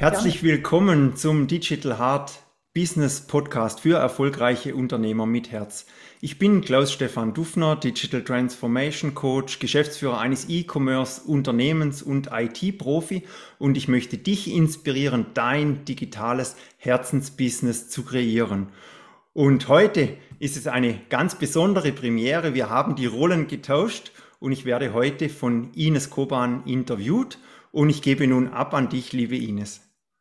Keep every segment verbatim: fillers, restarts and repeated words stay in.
Herzlich willkommen zum Digital Heart Business Podcast für erfolgreiche Unternehmer mit Herz. Ich bin Klaus-Stefan Dufner, Digital Transformation Coach, Geschäftsführer eines E-Commerce-Unternehmens und I T-Profi, und ich möchte dich inspirieren, dein digitales Herzensbusiness zu kreieren. Und heute ist es eine ganz besondere Premiere. Wir haben die Rollen getauscht und ich werde heute von Ines Koban interviewt, und ich gebe nun ab an dich, liebe Ines.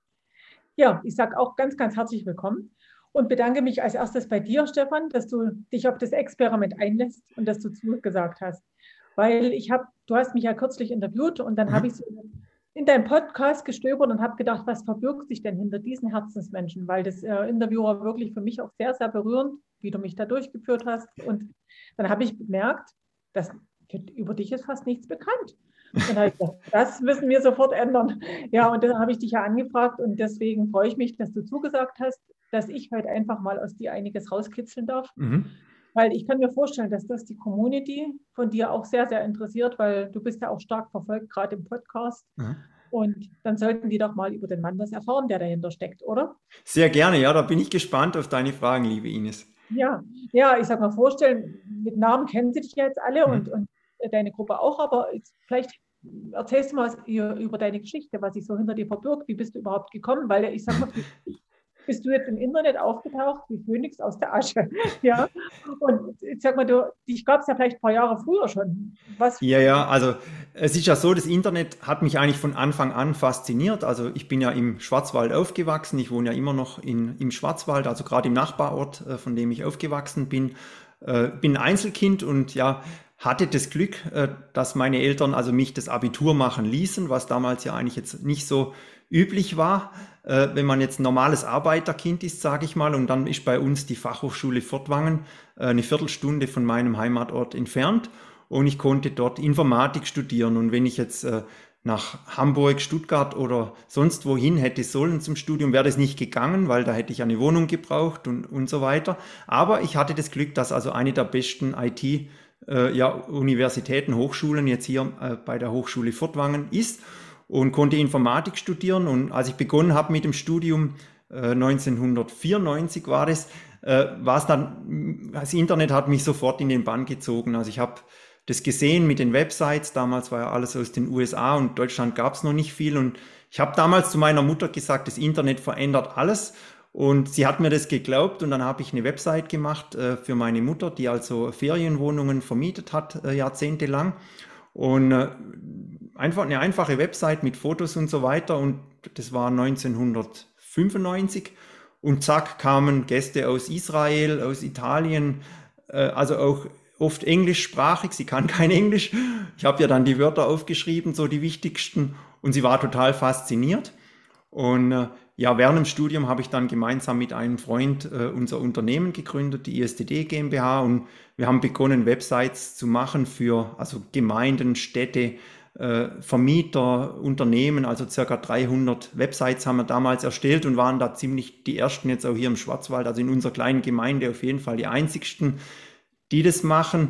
Ja, ich sage auch ganz, ganz herzlich willkommen und bedanke mich als erstes bei dir, Stefan, dass du dich auf das Experiment einlässt und dass du zugesagt hast. Weil ich habe, du hast mich ja kürzlich interviewt und dann mhm. habe ich so in deinem Podcast gestöbert und habe gedacht, was verbirgt sich denn hinter diesen Herzensmenschen? Weil das äh, Interview war wirklich für mich auch sehr, sehr berührend, wie du mich da durchgeführt hast. Und dann habe ich bemerkt, dass über dich ist fast nichts bekannt. Dann habe ich gedacht, das müssen wir sofort ändern. Ja, und dann habe ich dich ja angefragt und deswegen freue ich mich, dass du zugesagt hast, dass ich heute einfach mal aus dir einiges rauskitzeln darf. Mhm. Weil ich kann mir vorstellen, dass das die Community von dir auch sehr, sehr interessiert, weil du bist ja auch stark verfolgt, gerade im Podcast. Mhm. Und dann sollten die doch mal über den Mann was erfahren, der dahinter steckt, oder? Sehr gerne, ja, da bin ich gespannt auf deine Fragen, liebe Ines. Ja, ja, ich sag mal vorstellen, mit Namen kennen sie dich ja jetzt alle, mhm. und, und deine Gruppe auch, aber vielleicht erzählst du mal was über deine Geschichte, was sich so hinter dir verbirgt. Wie bist du überhaupt gekommen? Weil ich sag mal, bist du jetzt im Internet aufgetaucht wie Phönix aus der Asche. Ja. Und ich sag mal, du, dich gab es ja vielleicht ein paar Jahre früher schon. Was? Ja, ja, also es ist ja so, das Internet hat mich eigentlich von Anfang an fasziniert. Also ich bin ja im Schwarzwald aufgewachsen. Ich wohne ja immer noch in, im Schwarzwald, also gerade im Nachbarort, von dem ich aufgewachsen bin. Äh, bin ein Einzelkind und ja, hatte das Glück, dass meine Eltern also mich das Abitur machen ließen, was damals ja eigentlich jetzt nicht so üblich war, wenn man jetzt ein normales Arbeiterkind ist, sage ich mal. Und dann ist bei uns die Fachhochschule Furtwangen eine Viertelstunde von meinem Heimatort entfernt und ich konnte dort Informatik studieren. Und wenn ich jetzt nach Hamburg, Stuttgart oder sonst wohin hätte sollen zum Studium, wäre das nicht gegangen, weil da hätte ich eine Wohnung gebraucht und, und so weiter. Aber ich hatte das Glück, dass also eine der besten I T- Äh, ja, Universitäten, Hochschulen jetzt hier äh, bei der Hochschule Furtwangen ist und konnte Informatik studieren. Und als ich begonnen habe mit dem Studium, äh, neunzehnhundertvierundneunzig war das, äh, war es dann, das Internet hat mich sofort in den Bann gezogen. Also ich habe das gesehen mit den Websites, damals war ja alles aus den U S A und Deutschland gab es noch nicht viel. Und ich habe damals zu meiner Mutter gesagt, das Internet verändert alles. Und sie hat mir das geglaubt und dann habe ich eine Website gemacht äh, für meine Mutter, die also Ferienwohnungen vermietet hat, äh, jahrzehntelang. Und äh, einfach eine einfache Website mit Fotos und so weiter. Und das war neunzehnhundertfünfundneunzig. Und zack, kamen Gäste aus Israel, aus Italien, äh, also auch oft englischsprachig. Sie kann kein Englisch. Ich habe ja dann die Wörter aufgeschrieben, so die wichtigsten. Und sie war total fasziniert. Und äh, ja, während dem Studium habe ich dann gemeinsam mit einem Freund äh, unser Unternehmen gegründet, die I S D D GmbH, und wir haben begonnen, Websites zu machen für also Gemeinden, Städte, äh, Vermieter, Unternehmen, also circa dreihundert Websites haben wir damals erstellt und waren da ziemlich die ersten jetzt auch hier im Schwarzwald, also in unserer kleinen Gemeinde auf jeden Fall die einzigsten, die das machen,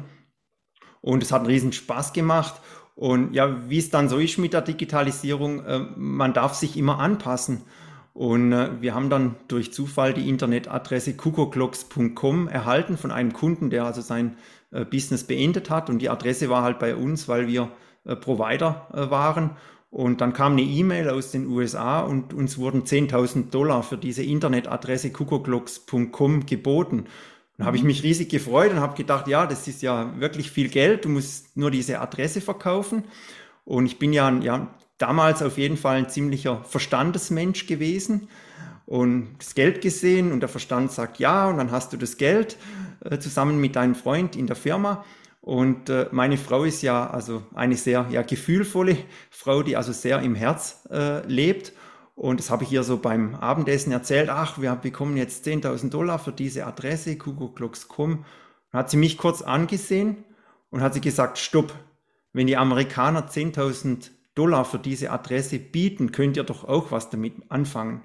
und es hat einen riesen Spaß gemacht. Und ja, wie es dann so ist mit der Digitalisierung, äh, man darf sich immer anpassen. Und äh, wir haben dann durch Zufall die Internetadresse kukokloks punkt com erhalten von einem Kunden, der also sein äh, Business beendet hat. Und die Adresse war halt bei uns, weil wir äh, Provider äh, waren. Und dann kam eine E-Mail aus den U S A und uns wurden zehntausend Dollar für diese Internetadresse kukokloks punkt com geboten. Dann habe ich mich riesig gefreut und habe gedacht, ja, das ist ja wirklich viel Geld, du musst nur diese Adresse verkaufen. Und ich bin ja, ja damals auf jeden Fall ein ziemlicher Verstandesmensch gewesen und das Geld gesehen und der Verstand sagt ja, und dann hast du das Geld äh, zusammen mit deinem Freund in der Firma. Und äh, meine Frau ist ja also eine sehr ja, gefühlvolle Frau, die also sehr im Herz äh, lebt. Und das habe ich ihr so beim Abendessen erzählt. Ach, wir bekommen jetzt zehntausend Dollar für diese Adresse, kukokloks punkt com. Dann hat sie mich kurz angesehen und hat sie gesagt, stopp, wenn die Amerikaner zehntausend Dollar für diese Adresse bieten, könnt ihr doch auch was damit anfangen.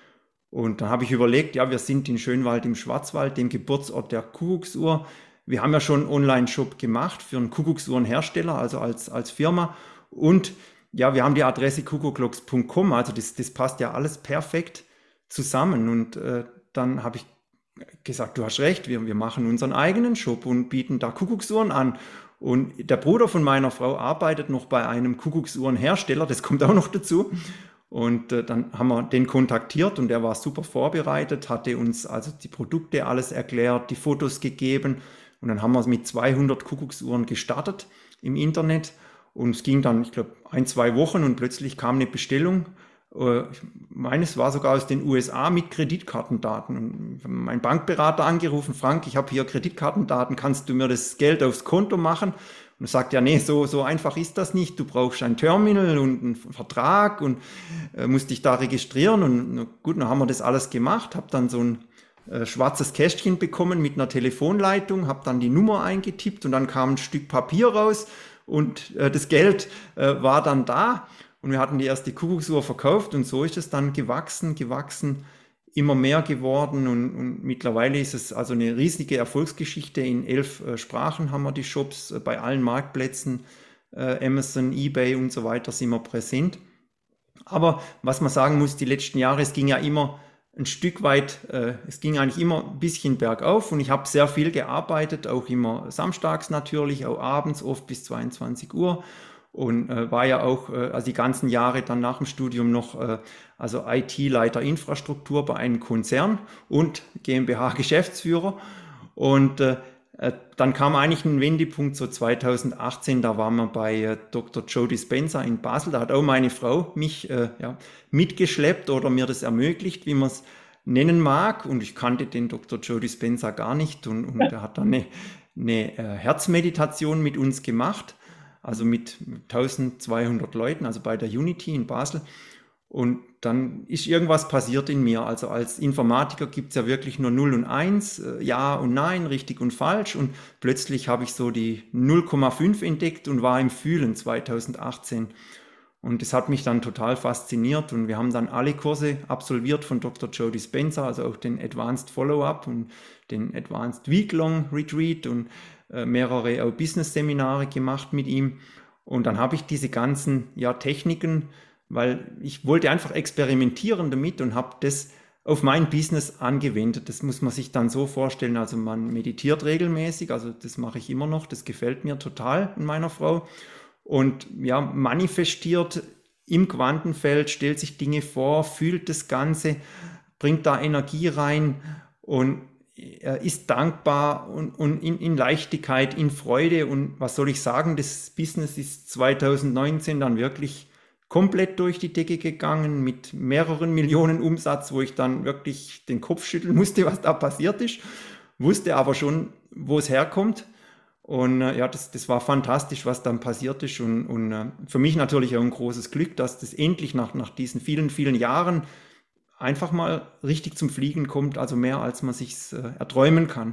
Und dann habe ich überlegt, ja, wir sind in Schönwald im Schwarzwald, dem Geburtsort der Kuckucksuhr. Wir haben ja schon einen Online-Shop gemacht für einen Kuckucksuhrenhersteller, also als, als Firma. Und ja, wir haben die Adresse kuckucklogs punkt com, also das, das passt ja alles perfekt zusammen. Und äh, dann habe ich gesagt, du hast recht, wir, wir machen unseren eigenen Shop und bieten da Kuckucksuhren an. Und der Bruder von meiner Frau arbeitet noch bei einem Kuckucksuhrenhersteller, das kommt auch noch dazu. Und äh, dann haben wir den kontaktiert und er war super vorbereitet, hatte uns also die Produkte alles erklärt, die Fotos gegeben. Und dann haben wir mit zweihundert Kuckucksuhren gestartet im Internet. Und es ging dann, ich glaube, ein, zwei Wochen und plötzlich kam eine Bestellung. Ich meine, es war sogar aus den U S A mit Kreditkartendaten. Und ich habe meinen Bankberater angerufen, Frank, ich habe hier Kreditkartendaten, kannst du mir das Geld aufs Konto machen? Und er sagt, ja, nee, so, so einfach ist das nicht. Du brauchst ein Terminal und einen Vertrag und äh, musst dich da registrieren. Und na gut, dann haben wir das alles gemacht, habe dann so ein äh, schwarzes Kästchen bekommen mit einer Telefonleitung, habe dann die Nummer eingetippt und dann kam ein Stück Papier raus und äh, das Geld äh, war dann da. Und wir hatten die erste Kuckucksuhr verkauft und so ist es dann gewachsen, gewachsen, immer mehr geworden und, und mittlerweile ist es also eine riesige Erfolgsgeschichte. In elf äh, Sprachen haben wir die Shops, äh, bei allen Marktplätzen, äh, Amazon, eBay und so weiter sind wir präsent. Aber was man sagen muss, die letzten Jahre, es ging ja immer ein Stück weit, äh, es ging eigentlich immer ein bisschen bergauf und ich habe sehr viel gearbeitet, auch immer samstags natürlich, auch abends, oft bis zweiundzwanzig Uhr. Und äh, war ja auch äh, also die ganzen Jahre dann nach dem Studium noch äh, also I T-Leiter Infrastruktur bei einem Konzern und GmbH-Geschäftsführer. Und äh, äh, dann kam eigentlich ein Wendepunkt so zweitausendachtzehn, da waren wir bei äh, Doktor Joe Dispenza in Basel. Da hat auch meine Frau mich äh, ja, mitgeschleppt oder mir das ermöglicht, wie man es nennen mag. Und ich kannte den Doktor Joe Dispenza gar nicht. Und, und er hat dann eine, eine äh, Herzmeditation mit uns gemacht. Also mit eintausendzweihundert Leuten, also bei der Unity in Basel. Und dann ist irgendwas passiert in mir. Also als Informatiker gibt es ja wirklich nur null und eins, Ja und Nein, richtig und falsch. Und plötzlich habe ich so die null Komma fünf entdeckt und war im Fühlen zweitausendachtzehn. Und das hat mich dann total fasziniert. Und wir haben dann alle Kurse absolviert von Doktor Joe Dispenza, also auch den Advanced Follow-up und den Advanced Week-Long Retreat und mehrere auch Business-Seminare gemacht mit ihm und dann habe ich diese ganzen ja, Techniken, weil ich wollte einfach experimentieren damit und habe das auf mein Business angewendet. Das muss man sich dann so vorstellen, also man meditiert regelmäßig, also das mache ich immer noch, das gefällt mir total in meiner Frau und ja, manifestiert im Quantenfeld, stellt sich Dinge vor, fühlt das Ganze, bringt da Energie rein und er ist dankbar und, und in, in Leichtigkeit, in Freude und was soll ich sagen, das Business ist zweitausendneunzehn dann wirklich komplett durch die Decke gegangen mit mehreren Millionen Umsatz, wo ich dann wirklich den Kopf schütteln musste, was da passiert ist, wusste aber schon, wo es herkommt und äh, ja, das, das war fantastisch, was dann passiert ist und, und äh, für mich natürlich auch ein großes Glück, dass das endlich nach, nach diesen vielen, vielen Jahren einfach mal richtig zum Fliegen kommt, also mehr, als man sich äh, erträumen kann.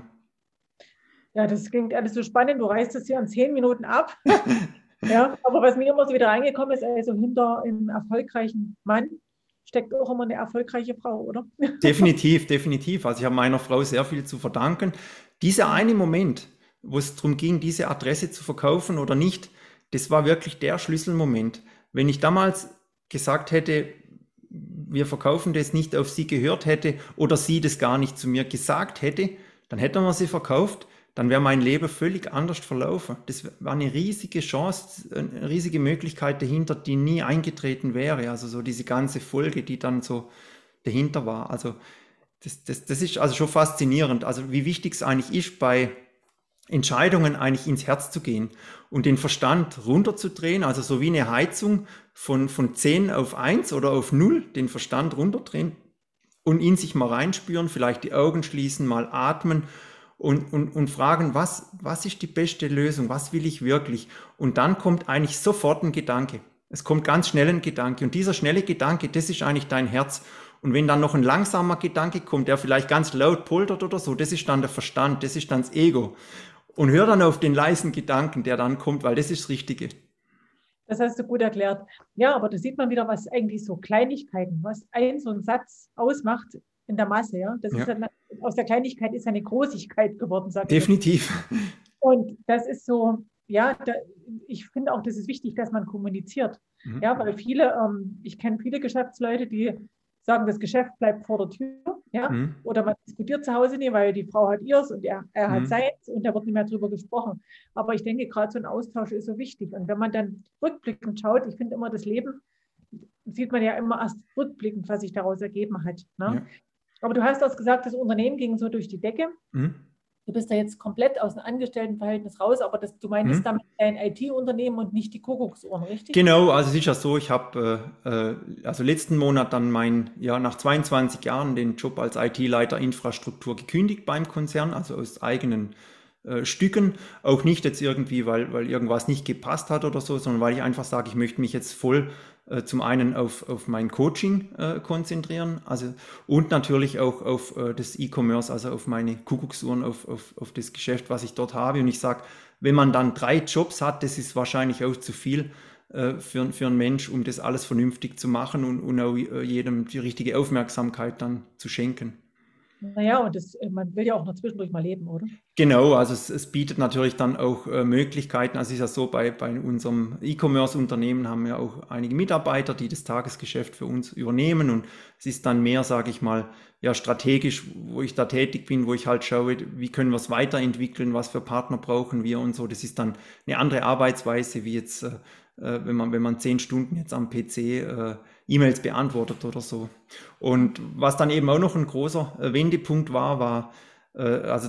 Ja, das klingt alles so spannend. Du reißt es hier in zehn Minuten ab. Ja, aber was mir immer so wieder reingekommen ist, also hinter einem erfolgreichen Mann steckt auch immer eine erfolgreiche Frau, oder? Definitiv, definitiv. Also ich habe meiner Frau sehr viel zu verdanken. Dieser eine Moment, wo es darum ging, diese Adresse zu verkaufen oder nicht, das war wirklich der Schlüsselmoment. Wenn ich damals gesagt hätte, wir verkaufen das, nicht auf sie gehört hätte oder sie das gar nicht zu mir gesagt hätte, dann hätten wir sie verkauft, dann wäre mein Leben völlig anders verlaufen. Das war eine riesige Chance, eine riesige Möglichkeit dahinter, die nie eingetreten wäre. Also so diese ganze Folge, die dann so dahinter war. Also das, das, das ist also schon faszinierend. Also wie wichtig es eigentlich ist, bei Entscheidungen eigentlich ins Herz zu gehen und den Verstand runterzudrehen, also so wie eine Heizung von, von zehn auf eins oder auf null, den Verstand runterdrehen und in sich mal reinspüren, vielleicht die Augen schließen, mal atmen und, und, und fragen, was, was ist die beste Lösung, was will ich wirklich? Und dann kommt eigentlich sofort ein Gedanke. Es kommt ganz schnell ein Gedanke und dieser schnelle Gedanke, das ist eigentlich dein Herz. Und wenn dann noch ein langsamer Gedanke kommt, der vielleicht ganz laut poltert oder so, das ist dann der Verstand, das ist dann das Ego. Und hör dann auf den leisen Gedanken, der dann kommt, weil das ist das Richtige. Das hast du gut erklärt. Ja, aber da sieht man wieder, was eigentlich so Kleinigkeiten, was ein so ein Satz ausmacht in der Masse. Ja, das ja. Ist dann, aus der Kleinigkeit ist eine Großigkeit geworden, sage ich. Definitiv. Und das ist so, ja, da, ich finde auch, das ist wichtig, dass man kommuniziert. Mhm. Ja, weil viele, ähm, ich kenne viele Geschäftsleute, die sagen, das Geschäft bleibt vor der Tür, ja, Mhm. oder man diskutiert zu Hause nicht, weil die Frau hat ihrs und er, er hat Mhm. seins und da wird nicht mehr drüber gesprochen. Aber ich denke, gerade so ein Austausch ist so wichtig. Und wenn man dann rückblickend schaut, ich finde immer, das Leben sieht man ja immer erst rückblickend, was sich daraus ergeben hat. Ne? Ja. Aber du hast das gesagt, das Unternehmen ging so durch die Decke. Mhm. Du bist da jetzt komplett aus dem Angestelltenverhältnis raus, aber das, du meintest Mhm. damit dein I T-Unternehmen und nicht die Kuckucksuhren, richtig? Genau, also es ist ja so, ich habe äh, äh, also letzten Monat dann mein, ja, nach zweiundzwanzig Jahren den Job als I T-Leiter Infrastruktur gekündigt beim Konzern, also aus eigenen äh, Stücken. Auch nicht jetzt irgendwie, weil, weil irgendwas nicht gepasst hat oder so, sondern weil ich einfach sage, ich möchte mich jetzt voll äh, zum einen auf, auf mein Coaching äh, konzentrieren, also und natürlich auch auf äh, das E-Commerce, also auf meine Kuckucksuhren, auf, auf, auf das Geschäft, was ich dort habe. Und ich sage, wenn man dann drei Jobs hat, das ist wahrscheinlich auch zu viel äh, für, für einen Mensch, um das alles vernünftig zu machen und, und auch äh, jedem die richtige Aufmerksamkeit dann zu schenken. Naja, und das, man will ja auch noch zwischendurch mal leben, oder? Genau, also es, es bietet natürlich dann auch äh, Möglichkeiten. Also es ist ja so, bei, bei unserem E-Commerce-Unternehmen haben wir auch einige Mitarbeiter, die das Tagesgeschäft für uns übernehmen und es ist dann mehr, sage ich mal, ja strategisch, wo ich da tätig bin, wo ich halt schaue, wie können wir es weiterentwickeln, was für Partner brauchen wir und so. Das ist dann eine andere Arbeitsweise, wie jetzt, äh, wenn man, wenn man zehn Stunden jetzt am P C äh, E-Mails beantwortet oder so. Und was dann eben auch noch ein großer äh, Wendepunkt war, war, also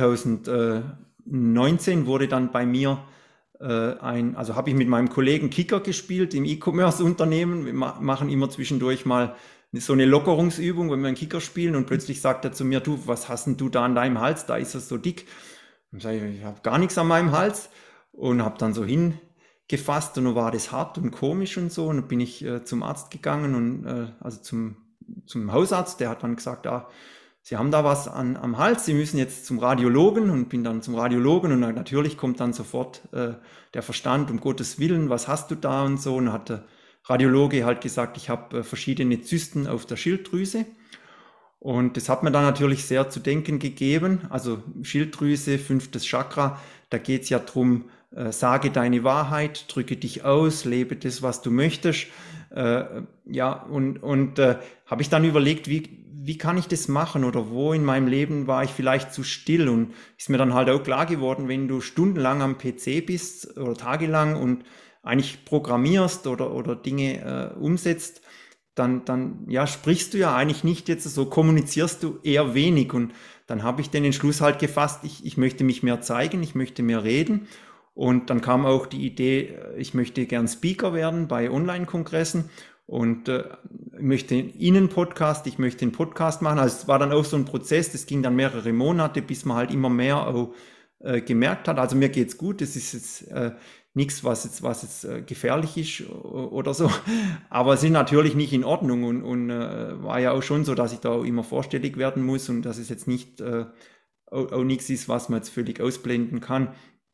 zweitausendneunzehn wurde dann bei mir äh, ein, also habe ich mit meinem Kollegen Kicker gespielt im E-Commerce-Unternehmen. Wir ma machen immer zwischendurch mal so eine Lockerungsübung, wenn wir einen Kicker spielen und plötzlich sagt er zu mir, du, was hast denn du da an deinem Hals? Da ist er so dick. Und sage ich, ich habe gar nichts an meinem Hals und habe dann so hingefasst und dann war das hart und komisch und so und dann bin ich äh, zum Arzt gegangen und äh, also zum, zum Hausarzt, der hat dann gesagt, ah, Sie haben da was an, am Hals, Sie müssen jetzt zum Radiologen und bin dann zum Radiologen und natürlich kommt dann sofort äh, der Verstand, um Gottes Willen, was hast du da und so. Und hat der Radiologe halt gesagt, ich habe äh, verschiedene Zysten auf der Schilddrüse. Und das hat mir dann natürlich sehr zu denken gegeben. Also Schilddrüse, fünftes Chakra, da geht es ja drum, äh, sage deine Wahrheit, drücke dich aus, lebe das, was du möchtest. Äh, ja, und, und äh, habe ich dann überlegt, wie, wie kann ich das machen oder wo in meinem Leben war ich vielleicht zu still und ist mir dann halt auch klar geworden, wenn du stundenlang am P C bist oder tagelang und eigentlich programmierst oder, oder Dinge äh, umsetzt, dann, dann ja, sprichst du ja eigentlich nicht jetzt so, kommunizierst du eher wenig und dann habe ich den Entschluss halt gefasst, ich, ich möchte mich mehr zeigen, ich möchte mehr reden und dann kam auch die Idee, ich möchte gern Speaker werden bei Online-Kongressen und äh, möchte Ihnen Podcast, ich möchte einen Podcast machen. Also es war dann auch so ein Prozess, das ging dann mehrere Monate, bis man halt immer mehr auch äh, gemerkt hat, also mir geht's gut, das ist jetzt äh, nichts, was jetzt, was jetzt äh, gefährlich ist oder so, aber es ist natürlich nicht in Ordnung und, und äh, war ja auch schon so, dass ich da auch immer vorstellig werden muss und dass es jetzt nicht äh, auch, auch nichts ist, was man jetzt völlig ausblenden kann.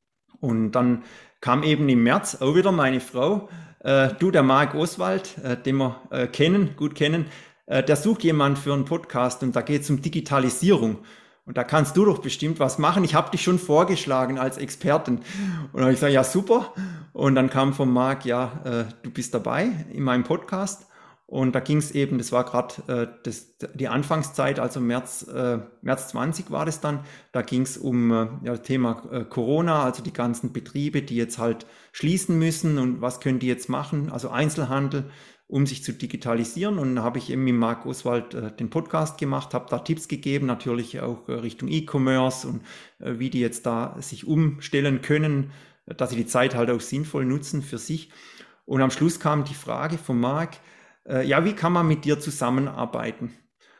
Und dann kam eben im März auch wieder meine Frau, äh, du, der Marc Oswald, äh, den wir äh, kennen, gut kennen, äh, der sucht jemand für einen Podcast und da geht es um Digitalisierung. Und da kannst du doch bestimmt was machen. Ich habe dich schon vorgeschlagen als Experten. Und dann habe ich gesagt, ja super. Und dann kam von Marc, ja, äh, du bist dabei in meinem Podcast. Und da ging es eben, das war gerade äh, die Anfangszeit, also März, äh, März zwanzig war das dann, da ging es um äh, ja, das Thema äh, Corona, also die ganzen Betriebe, die jetzt halt schließen müssen und was können die jetzt machen, also Einzelhandel, um sich zu digitalisieren. Und da habe ich eben mit Marc Oswald äh, den Podcast gemacht, habe da Tipps gegeben, natürlich auch äh, Richtung E-Commerce und äh, wie die jetzt da sich umstellen können, dass sie die Zeit halt auch sinnvoll nutzen für sich. Und am Schluss kam die Frage von Marc, ja, wie kann man mit dir zusammenarbeiten?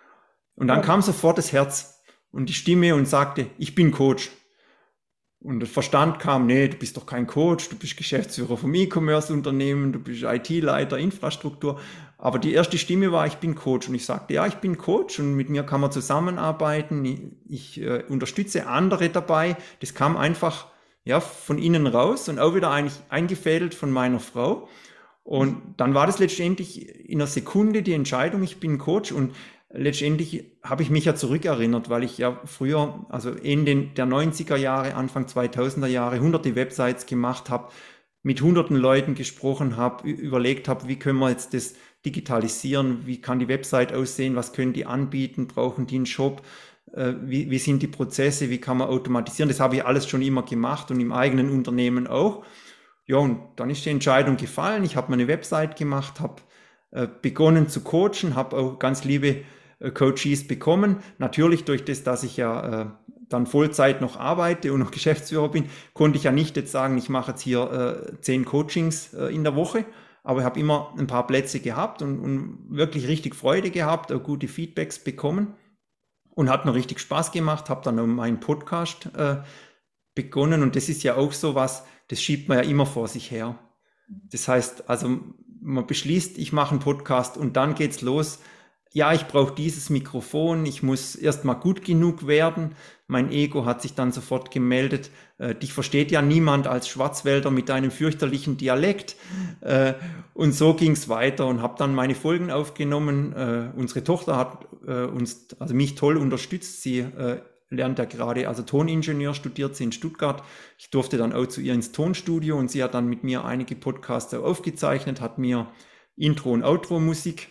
Und dann Ja. kam sofort das Herz und die Stimme und sagte, ich bin Coach. Und der Verstand kam, nee, du bist doch kein Coach, du bist Geschäftsführer vom E-Commerce-Unternehmen, du bist I T-Leiter, Infrastruktur. Aber die erste Stimme war, ich bin Coach. Und ich sagte, ja, ich bin Coach und mit mir kann man zusammenarbeiten. Ich, ich äh, unterstütze andere dabei. Das kam einfach ja, von innen raus und auch wieder eigentlich eingefädelt von meiner Frau. Und dann war das letztendlich in einer Sekunde die Entscheidung, ich bin Coach und letztendlich habe ich mich ja zurückerinnert, weil ich ja früher, also Ende der neunziger Jahre, Anfang zweitausender Jahre, hunderte Websites gemacht habe, mit hunderten Leuten gesprochen habe, überlegt habe, wie können wir jetzt das digitalisieren, wie kann die Website aussehen, was können die anbieten, brauchen die einen Shop, äh, wie, wie sind die Prozesse, wie kann man automatisieren. Das habe ich alles schon immer gemacht und im eigenen Unternehmen auch. Ja, und dann ist die Entscheidung gefallen. Ich habe mir eine Website gemacht, habe äh, begonnen zu coachen, habe auch ganz liebe äh, Coaches bekommen. Natürlich durch das, dass ich ja äh, dann Vollzeit noch arbeite und noch Geschäftsführer bin, konnte ich ja nicht jetzt sagen, ich mache jetzt hier äh, zehn Coachings äh, in der Woche, aber ich habe immer ein paar Plätze gehabt und, und wirklich richtig Freude gehabt, auch gute Feedbacks bekommen und hat mir richtig Spaß gemacht, habe dann auch meinen Podcast äh, begonnen und das ist ja auch so was, das schiebt man ja immer vor sich her. Das heißt, also man beschließt, ich mache einen Podcast und dann geht's los. Ja, ich brauche dieses Mikrofon, ich muss erstmal gut genug werden. Mein Ego hat sich dann sofort gemeldet. Äh, dich versteht ja niemand als Schwarzwälder mit deinem fürchterlichen Dialekt. Äh, und so ging's weiter und habe dann meine Folgen aufgenommen. Äh, unsere Tochter hat äh, uns, also mich toll unterstützt. Sie äh, lernt ja gerade, also Toningenieur studiert sie in Stuttgart. Ich durfte dann auch zu ihr ins Tonstudio und sie hat dann mit mir einige Podcasts aufgezeichnet, hat mir Intro- und Outro-Musik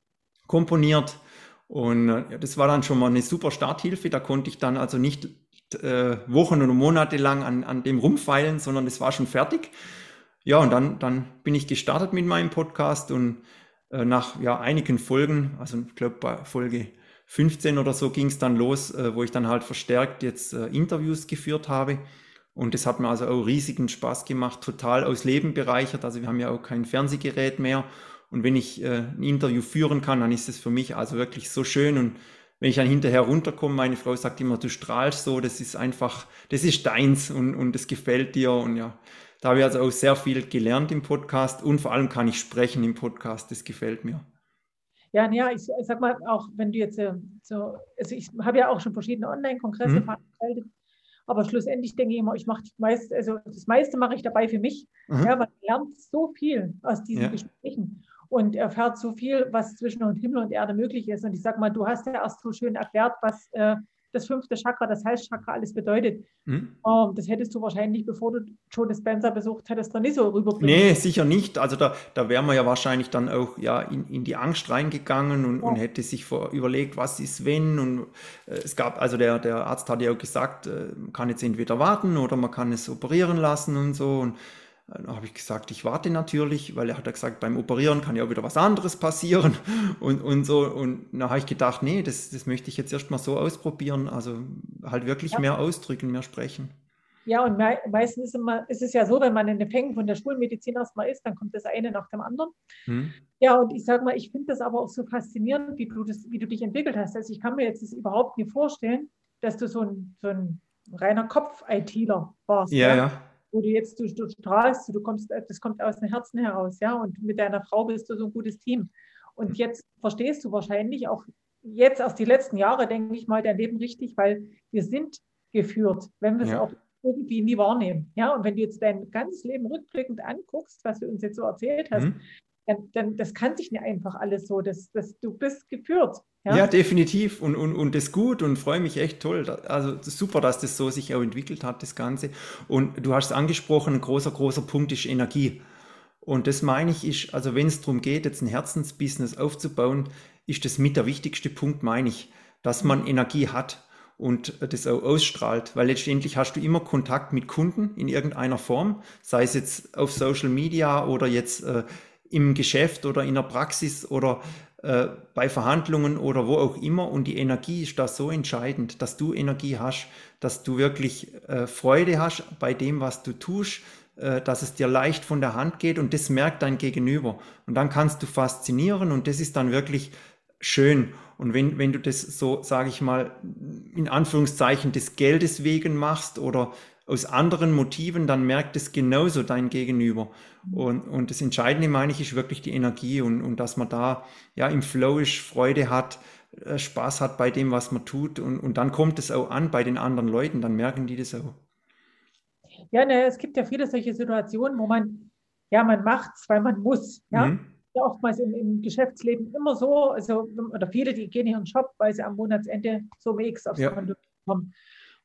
komponiert und äh, das war dann schon mal eine super Starthilfe. Da konnte ich dann also nicht äh, Wochen oder Monate lang an, an dem rumfeilen, sondern es war schon fertig. Ja, und dann, dann bin ich gestartet mit meinem Podcast und äh, nach ja, einigen Folgen, also ich glaube bei Folge fünfzehn oder so ging es dann los, äh, wo ich dann halt verstärkt jetzt äh, Interviews geführt habe. Und das hat mir also auch riesigen Spaß gemacht, total aus Leben bereichert. Also wir haben ja auch kein Fernsehgerät mehr. Und wenn ich äh, ein Interview führen kann, dann ist es für mich also wirklich so schön. Und wenn ich dann hinterher runterkomme, meine Frau sagt immer, du strahlst so, das ist einfach, das ist deins und, und das gefällt dir. Und ja, da habe ich also auch sehr viel gelernt im Podcast und vor allem kann ich sprechen im Podcast, das gefällt mir. Ja, ja, ich, ich sag mal, auch wenn du jetzt äh, so, also ich habe ja auch schon verschiedene Online-Kongresse Mhm. veranstaltet, aber schlussendlich denke ich immer, ich mache meist, also das meiste mache ich dabei für mich, Mhm. ja, weil man lernt so viel aus diesen Ja. Gesprächen und erfährt so viel, was zwischen Himmel und Erde möglich ist. Und ich sag mal, du hast ja erst so schön erklärt, was äh, das fünfte Chakra, das Halschakra alles bedeutet. Mhm. Oh, das hättest du wahrscheinlich, bevor du Joe Dispenza besucht hättest, dann nicht so rüberbringen Nee, können. sicher nicht. Also da, da wäre man ja wahrscheinlich dann auch ja, in, in die Angst reingegangen und, und Ja. hätte sich vor, überlegt, was ist wenn. Und äh, es gab, also der, der Arzt hat ja auch gesagt, äh, man kann jetzt entweder warten oder man kann es operieren lassen und so. Und äh, dann habe ich gesagt, ich warte natürlich, weil er hat ja gesagt, beim Operieren kann ja auch wieder was anderes passieren und, und so. Und da habe ich gedacht, nee, das, das möchte ich jetzt erstmal so ausprobieren. Also halt wirklich mehr ausdrücken, mehr sprechen. Ja, und mei meistens ist, immer, ist es ja so, wenn man in den Fängen von der Schulmedizin erstmal ist, dann kommt das eine nach dem anderen. Hm? Ja, und ich sage mal, ich finde das aber auch so faszinierend, wie du, das, wie du dich entwickelt hast. Also ich kann mir jetzt das überhaupt nicht vorstellen, dass du so ein, so ein reiner Kopf-ITler warst, Ja, ja. ja. Wo du jetzt, du, du strahlst, du kommst, das kommt aus dem Herzen heraus, ja. Und mit deiner Frau bist du so ein gutes Team. Und jetzt verstehst du wahrscheinlich auch jetzt aus die letzten Jahre, denke ich mal, dein Leben richtig, weil wir sind geführt, wenn wir es Ja. auch irgendwie nie wahrnehmen. Ja, und wenn du jetzt dein ganzes Leben rückblickend anguckst, was du uns jetzt so erzählt hast, Hm? dann, dann das kann sich nicht einfach alles so, dass, dass du bist geführt. Ja, Ja? definitiv und, und, und das ist gut und freue mich echt toll. Da- Also das ist super, dass das so sich auch entwickelt hat, das Ganze. Und du hast es angesprochen, ein großer, großer Punkt ist Energie. Und das meine ich, ist, also wenn es darum geht, jetzt ein Herzensbusiness aufzubauen, ist das mit der wichtigste Punkt, meine ich, dass man Energie hat und das auch ausstrahlt, weil letztendlich hast du immer Kontakt mit Kunden in irgendeiner Form, sei es jetzt auf Social Media oder jetzt äh, im Geschäft oder in der Praxis oder äh, bei Verhandlungen oder wo auch immer. Und die Energie ist da so entscheidend, dass du Energie hast, dass du wirklich äh, Freude hast bei dem, was du tust, äh, dass es dir leicht von der Hand geht und das merkt dein Gegenüber. Und dann kannst du faszinieren und das ist dann wirklich schön. Und wenn, wenn du das so, sage ich mal, in Anführungszeichen des Geldes wegen machst oder aus anderen Motiven, dann merkt es genauso dein Gegenüber. Und, und das Entscheidende, meine ich, ist wirklich die Energie und, und dass man da ja im Flow ist, Freude hat, äh, Spaß hat bei dem, was man tut. Und, und dann kommt es auch an bei den anderen Leuten, dann merken die das auch. Ja, ne, es gibt ja viele solche Situationen, wo man, ja, man macht es, weil man muss. Ja, Mhm. ja oftmals im, im Geschäftsleben immer so, also, oder viele, die gehen in ihren Job, weil sie am Monatsende so um X aufs Ja. Konto kommen.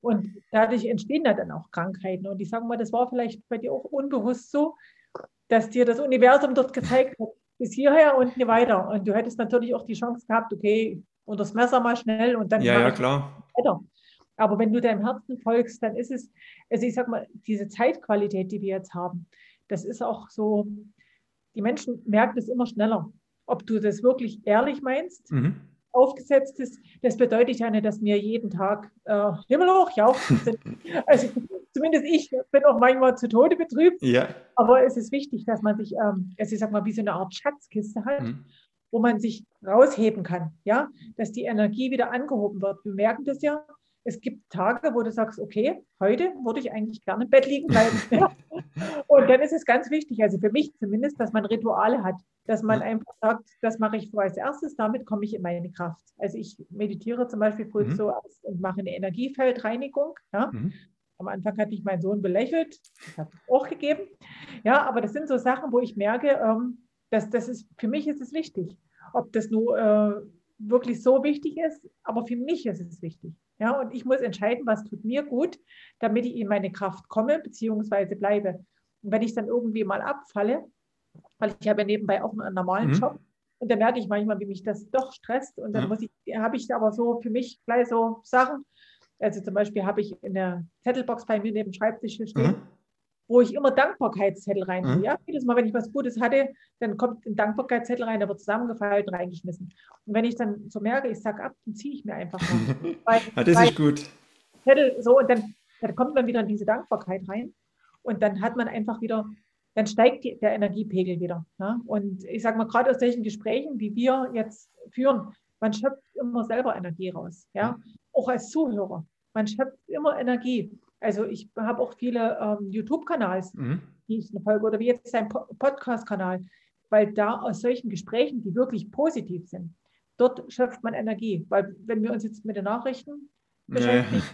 Und dadurch entstehen da dann auch Krankheiten. Und ich sage mal, das war vielleicht bei dir auch unbewusst so, dass dir das Universum dort gezeigt hat, bis hierher und nicht weiter. Und du hättest natürlich auch die Chance gehabt, okay, unter das Messer mal schnell und dann Ja, mache ja, ich klar. weiter. Aber wenn du deinem Herzen folgst, dann ist es, also ich sag mal, diese Zeitqualität, die wir jetzt haben, das ist auch so, die Menschen merken es immer schneller, ob du das wirklich ehrlich meinst, Mhm. aufgesetzt ist. Das bedeutet ja nicht, dass wir jeden Tag äh, himmelhoch jauchzend sind. Also zumindest ich bin auch manchmal zu Tode betrübt. Ja. Aber es ist wichtig, dass man sich, ähm, also ich sag mal, wie so eine Art Schatzkiste hat, Mhm. wo man sich rausheben kann, ja, dass die Energie wieder angehoben wird. Wir merken das ja. Es gibt Tage, wo du sagst, okay, heute würde ich eigentlich gerne im Bett liegen bleiben. Ja. Und dann ist es ganz wichtig, also für mich zumindest, dass man Rituale hat, dass man Ja. einfach sagt, das mache ich als erstes, damit komme ich in meine Kraft. Also ich meditiere zum Beispiel früh Mhm. so aus und mache eine Energiefeldreinigung. Ja. Mhm. Am Anfang hatte ich meinen Sohn belächelt, das hat es auch gegeben. Ja, aber das sind so Sachen, wo ich merke, ähm, dass das ist, für mich ist es wichtig. Ob das nur äh, wirklich so wichtig ist, aber für mich ist es wichtig. Ja, und ich muss entscheiden, was tut mir gut, damit ich in meine Kraft komme, beziehungsweise bleibe. Und wenn ich dann irgendwie mal abfalle, weil ich habe ja nebenbei auch einen normalen Mhm. Job, und dann merke ich manchmal, wie mich das doch stresst. Und dann Ja. muss ich, habe ich aber so für mich gleich so Sachen. Also zum Beispiel habe ich in der Zettelbox bei mir neben dem Schreibtisch hier stehen, Mhm. wo ich immer Dankbarkeitszettel rein tue. Mhm. Ja? Jedes Mal, wenn ich was Gutes hatte, dann kommt ein Dankbarkeitszettel rein, der wird zusammengefaltet und reingeschmissen. Und wenn ich dann so merke, ich sage ab, dann ziehe ich mir einfach mal zwei, Ja, das zwei ist gut. Zettel so und dann, dann kommt man wieder in diese Dankbarkeit rein und dann hat man einfach wieder, dann steigt die, der Energiepegel wieder. Ja? Und ich sage mal, gerade aus solchen Gesprächen, wie wir jetzt führen, man schöpft immer selber Energie raus. Ja? Auch als Zuhörer. Man schöpft immer Energie. Also ich habe auch viele ähm, YouTube-Kanals, Mhm. die ich eine Folge oder wie jetzt dein Po- Podcast-Kanal, weil da aus solchen Gesprächen, die wirklich positiv sind, dort schöpft man Energie. Weil wenn wir uns jetzt mit den Nachrichten Ja. beschäftigen,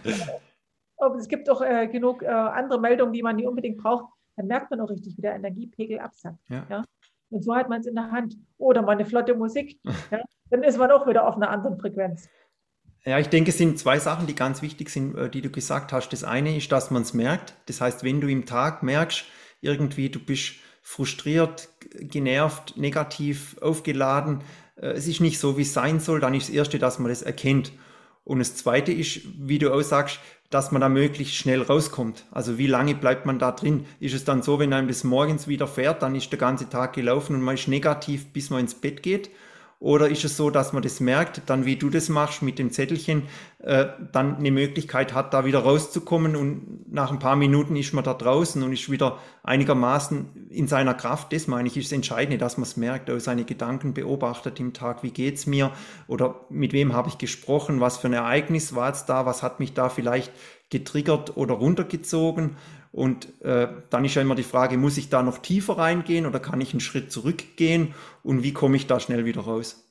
aber es gibt auch äh, genug äh, andere Meldungen, die man nicht unbedingt braucht, dann merkt man auch richtig, wie der Energiepegel absackt. Ja. Ja? Und so hat man es in der Hand. Oder mal eine flotte Musik. Ja? Dann ist man auch wieder auf einer anderen Frequenz. Ja, ich denke, es sind zwei Sachen, die ganz wichtig sind, äh, die du gesagt hast. Das eine ist, dass man es merkt. Das heißt, wenn du im Tag merkst, irgendwie du bist frustriert, g- genervt, negativ, aufgeladen, äh, es ist nicht so, wie es sein soll, dann ist das Erste, dass man das erkennt. Und das Zweite ist, wie du auch sagst, dass man da möglichst schnell rauskommt. Also wie lange bleibt man da drin? Ist es dann so, wenn einem das morgens widerfährt, dann ist der ganze Tag gelaufen und man ist negativ, bis man ins Bett geht? Oder ist es so, dass man das merkt, dann wie du das machst mit dem Zettelchen, äh, dann eine Möglichkeit hat, da wieder rauszukommen und nach ein paar Minuten ist man da draußen und ist wieder einigermaßen in seiner Kraft. Das meine ich, ist das Entscheidende, dass man es merkt, auch seine Gedanken beobachtet im Tag, wie geht's mir oder mit wem habe ich gesprochen, was für ein Ereignis war jetzt da, was hat mich da vielleicht getriggert oder runtergezogen. Und äh, dann ist ja immer die Frage, muss ich da noch tiefer reingehen oder kann ich einen Schritt zurückgehen und wie komme ich da schnell wieder raus?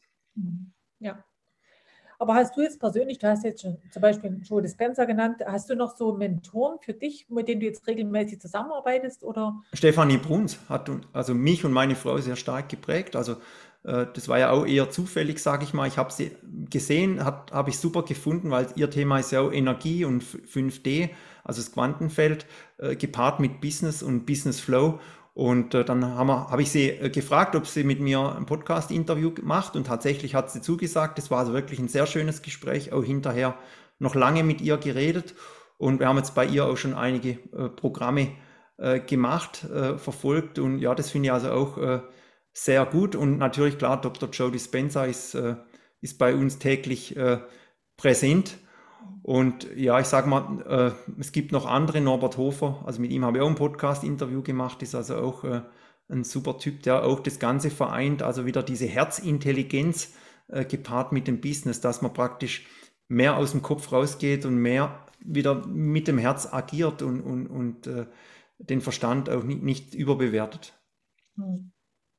Ja. Aber hast du jetzt persönlich, du hast jetzt schon zum Beispiel Joe Dispenza genannt, hast du noch so Mentoren für dich, mit denen du jetzt regelmäßig zusammenarbeitest? Oder? Stefanie Bruns hat also mich und meine Frau sehr stark geprägt. Also äh, das war ja auch eher zufällig, sage ich mal. Ich habe sie gesehen, habe ich super gefunden, weil ihr Thema ist ja auch Energie und fünf D, also das Quantenfeld, äh, gepaart mit Business und Business Flow. Und äh, dann habe hab ich sie äh, gefragt, ob sie mit mir ein Podcast-Interview macht. Und tatsächlich hat sie zugesagt. Das war also wirklich ein sehr schönes Gespräch. Auch hinterher noch lange mit ihr geredet. Und wir haben jetzt bei ihr auch schon einige äh, Programme äh, gemacht, äh, verfolgt. Und ja, das finde ich also auch äh, sehr gut. Und natürlich, klar, Doktor Joe Dispenza ist, äh, ist bei uns täglich äh, präsent. Und ja, ich sage mal, äh, es gibt noch andere, Norbert Hofer, also mit ihm habe ich auch ein Podcast-Interview gemacht, ist also auch äh, ein super Typ, der auch das Ganze vereint, also wieder diese Herzintelligenz äh, gepaart mit dem Business, dass man praktisch mehr aus dem Kopf rausgeht und mehr wieder mit dem Herz agiert und, und, und äh, den Verstand auch nicht, nicht überbewertet. Hm.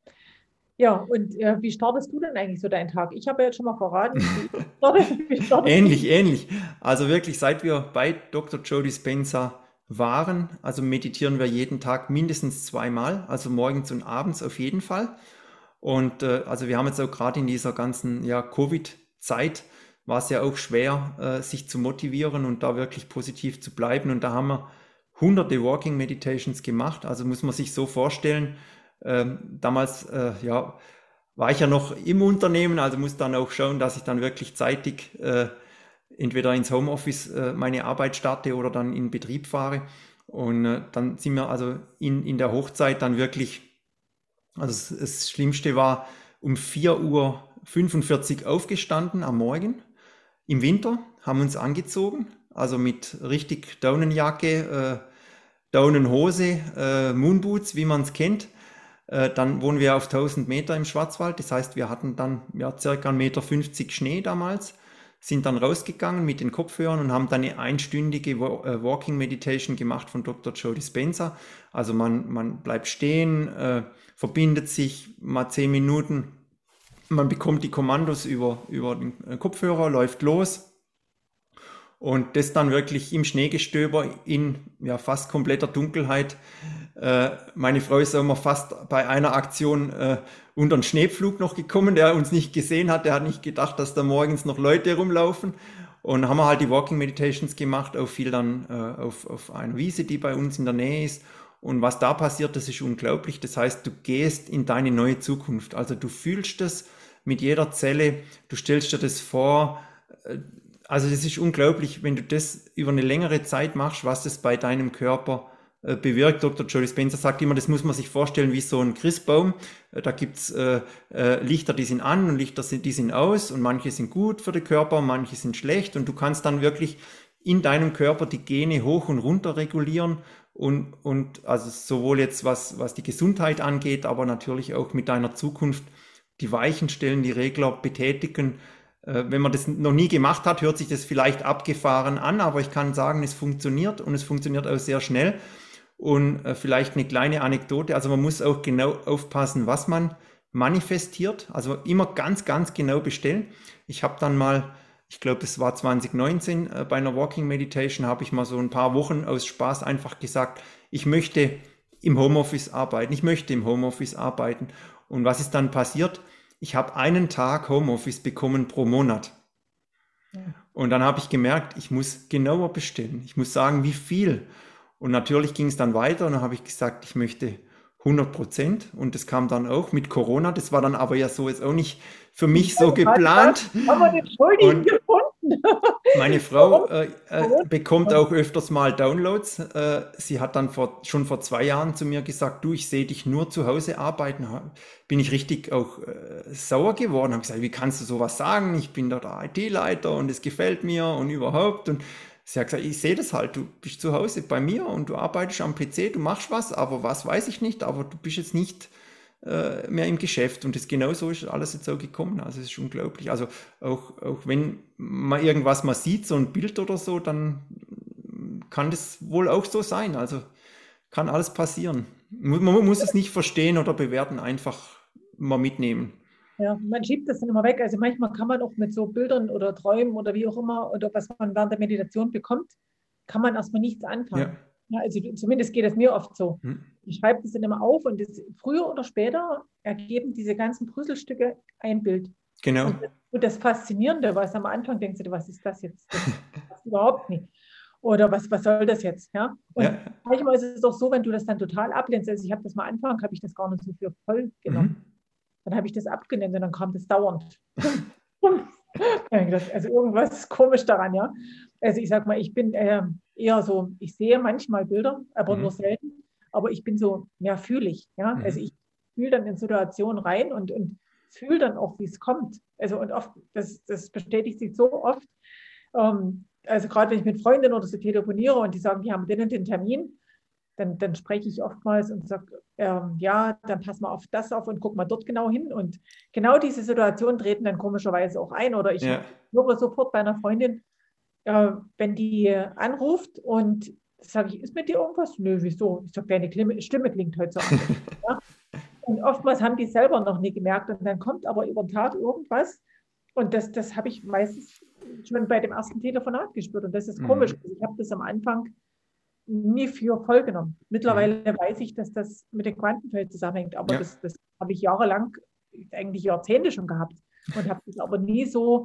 Ja, und äh, wie startest du denn eigentlich so deinen Tag? Ich habe ja jetzt schon mal verraten, wie ich starte. Wie startest du? Ähnlich, ähnlich. Also wirklich, seit wir bei Doktor Joe Dispenza waren, also meditieren wir jeden Tag mindestens zweimal, also morgens und abends auf jeden Fall. Und äh, also wir haben jetzt auch gerade in dieser ganzen ja, Covid-Zeit war es ja auch schwer, äh, sich zu motivieren und da wirklich positiv zu bleiben. Und da haben wir hunderte Walking Meditations gemacht. Also muss man sich so vorstellen, ähm, damals äh, ja, war ich ja noch im Unternehmen, also muss dann auch schauen, dass ich dann wirklich zeitig äh, entweder ins Homeoffice äh, meine Arbeit starte oder dann in Betrieb fahre. Und äh, dann sind wir also in, in der Hochzeit dann wirklich, also das, das Schlimmste war, um vier Uhr fünfundvierzig aufgestanden am Morgen im Winter, haben uns angezogen, also mit richtig Daunenjacke, äh, Daunenhose, äh, Moonboots, wie man es kennt. Äh, dann wohnen wir auf tausend Meter im Schwarzwald, das heißt, wir hatten dann ja, circa eins Komma fünfzig Meter Schnee damals, sind dann rausgegangen mit den Kopfhörern und haben dann eine einstündige Walking Meditation gemacht von Doktor Joe Dispenza. Also man, man bleibt stehen, äh, verbindet sich mal zehn Minuten, man bekommt die Kommandos über, über den Kopfhörer, läuft los. Und das dann wirklich im Schneegestöber in ja, fast kompletter Dunkelheit. Äh, meine Frau ist immer fast bei einer Aktion äh, unter den Schneepflug noch gekommen, der uns nicht gesehen hat. Der hat nicht gedacht, dass da morgens noch Leute rumlaufen. Und haben wir halt die Walking Meditations gemacht, auch viel dann äh, auf, auf einer Wiese, die bei uns in der Nähe ist. Und was da passiert, das ist unglaublich. Das heißt, du gehst in deine neue Zukunft. Also du fühlst das mit jeder Zelle, du stellst dir das vor. Äh, Also das ist unglaublich, wenn du das über eine längere Zeit machst, was das bei deinem Körper äh, bewirkt. Doktor Joe Dispenza sagt immer, das muss man sich vorstellen wie so ein Christbaum. Äh, da gibt es äh, äh, Lichter, die sind an und Lichter, sind, die sind aus und manche sind gut für den Körper, manche sind schlecht und du kannst dann wirklich in deinem Körper die Gene hoch und runter regulieren und, und also sowohl jetzt was, was die Gesundheit angeht, aber natürlich auch mit deiner Zukunft die Weichen stellen, die Regler betätigen. Wenn man das noch nie gemacht hat, hört sich das vielleicht abgefahren an, aber ich kann sagen, es funktioniert und es funktioniert auch sehr schnell. Und äh, vielleicht eine kleine Anekdote, also man muss auch genau aufpassen, was man manifestiert, also immer ganz, ganz genau bestellen. Ich habe dann mal, ich glaube, es war zwanzig neunzehn, äh, bei einer Walking Meditation habe ich mal so ein paar Wochen aus Spaß einfach gesagt, ich möchte im Homeoffice arbeiten, ich möchte im Homeoffice arbeiten. Und was ist dann passiert? Ich habe einen Tag Homeoffice bekommen pro Monat. Und dann habe ich gemerkt, ich muss genauer bestellen. Ich muss sagen, wie viel. Und natürlich ging es dann weiter und dann habe ich gesagt, ich möchte hundert Prozent. Und das kam dann auch mit Corona. Das war dann aber ja so jetzt auch nicht für mich so geplant. Haben wir den Schuldigen gefunden? Meine Frau äh, äh, bekommt auch öfters mal Downloads. Äh, sie hat dann vor, schon vor zwei Jahren zu mir gesagt, du, ich sehe dich nur zu Hause arbeiten. Bin ich richtig auch äh, sauer geworden. Habe gesagt, wie kannst du sowas sagen? Ich bin da der I T-Leiter und es gefällt mir und überhaupt. Und sie hat gesagt, ich sehe das halt, du bist zu Hause bei mir und du arbeitest am P C, du machst was, aber was weiß ich nicht, aber du bist jetzt nicht äh, mehr im Geschäft. Und das genau so ist alles jetzt so gekommen. Also es ist unglaublich. Also auch, auch wenn man irgendwas mal sieht, so ein Bild oder so, dann kann das wohl auch so sein. Also kann alles passieren. Man muss es nicht verstehen oder bewerten, einfach mal mitnehmen. Ja, man schiebt das dann immer weg. Also manchmal kann man auch mit so Bildern oder Träumen oder wie auch immer oder was man während der Meditation bekommt, kann man erstmal nichts anfangen. Ja. Ja, also zumindest geht es mir oft so. Hm. Ich schreibe das dann immer auf und das, früher oder später ergeben diese ganzen Puzzlestücke ein Bild. Genau. Und das, und das Faszinierende, was am Anfang denkst du, was ist das jetzt? Das passt überhaupt nicht. Oder was, was soll das jetzt? Ja? Und ja. Manchmal ist es doch so, wenn du das dann total ablehnst. Also ich habe das mal Anfang, habe ich das gar nicht so für voll genommen. Mhm. Dann habe ich das abgelehnt und dann kam das dauernd. Also irgendwas ist komisch daran, ja. Also ich sage mal, ich bin äh, eher so, ich sehe manchmal Bilder, aber mhm. nur selten. Aber ich bin so mehr fühlig, ja. Mhm. Also ich fühle dann in Situationen rein und, und fühle dann auch, wie es kommt. Also und oft, das, das bestätigt sich so oft. Ähm, also gerade wenn ich mit Freundinnen oder so telefoniere und die sagen, die haben den und den Termin, dann, dann spreche ich oftmals und sage, ähm, ja, dann pass mal auf das auf und guck mal dort genau hin. Und genau diese Situationen treten dann komischerweise auch ein. Oder ich ja. höre sofort bei einer Freundin, äh, wenn die anruft und sage ich, ist mit dir irgendwas? Nö, wieso? Ich sage, deine Stimme klingt heute so anders. Ja? Und oftmals haben die selber noch nie gemerkt. Und dann kommt aber über den Tag irgendwas. Und das, das habe ich meistens schon bei dem ersten Telefonat gespürt. Und das ist komisch. Mhm. Ich habe das am Anfang nie für voll genommen. Mittlerweile mhm. weiß ich, dass das mit dem Quantenfeld zusammenhängt, aber ja. das, das habe ich jahrelang, eigentlich Jahrzehnte schon gehabt und habe das aber nie so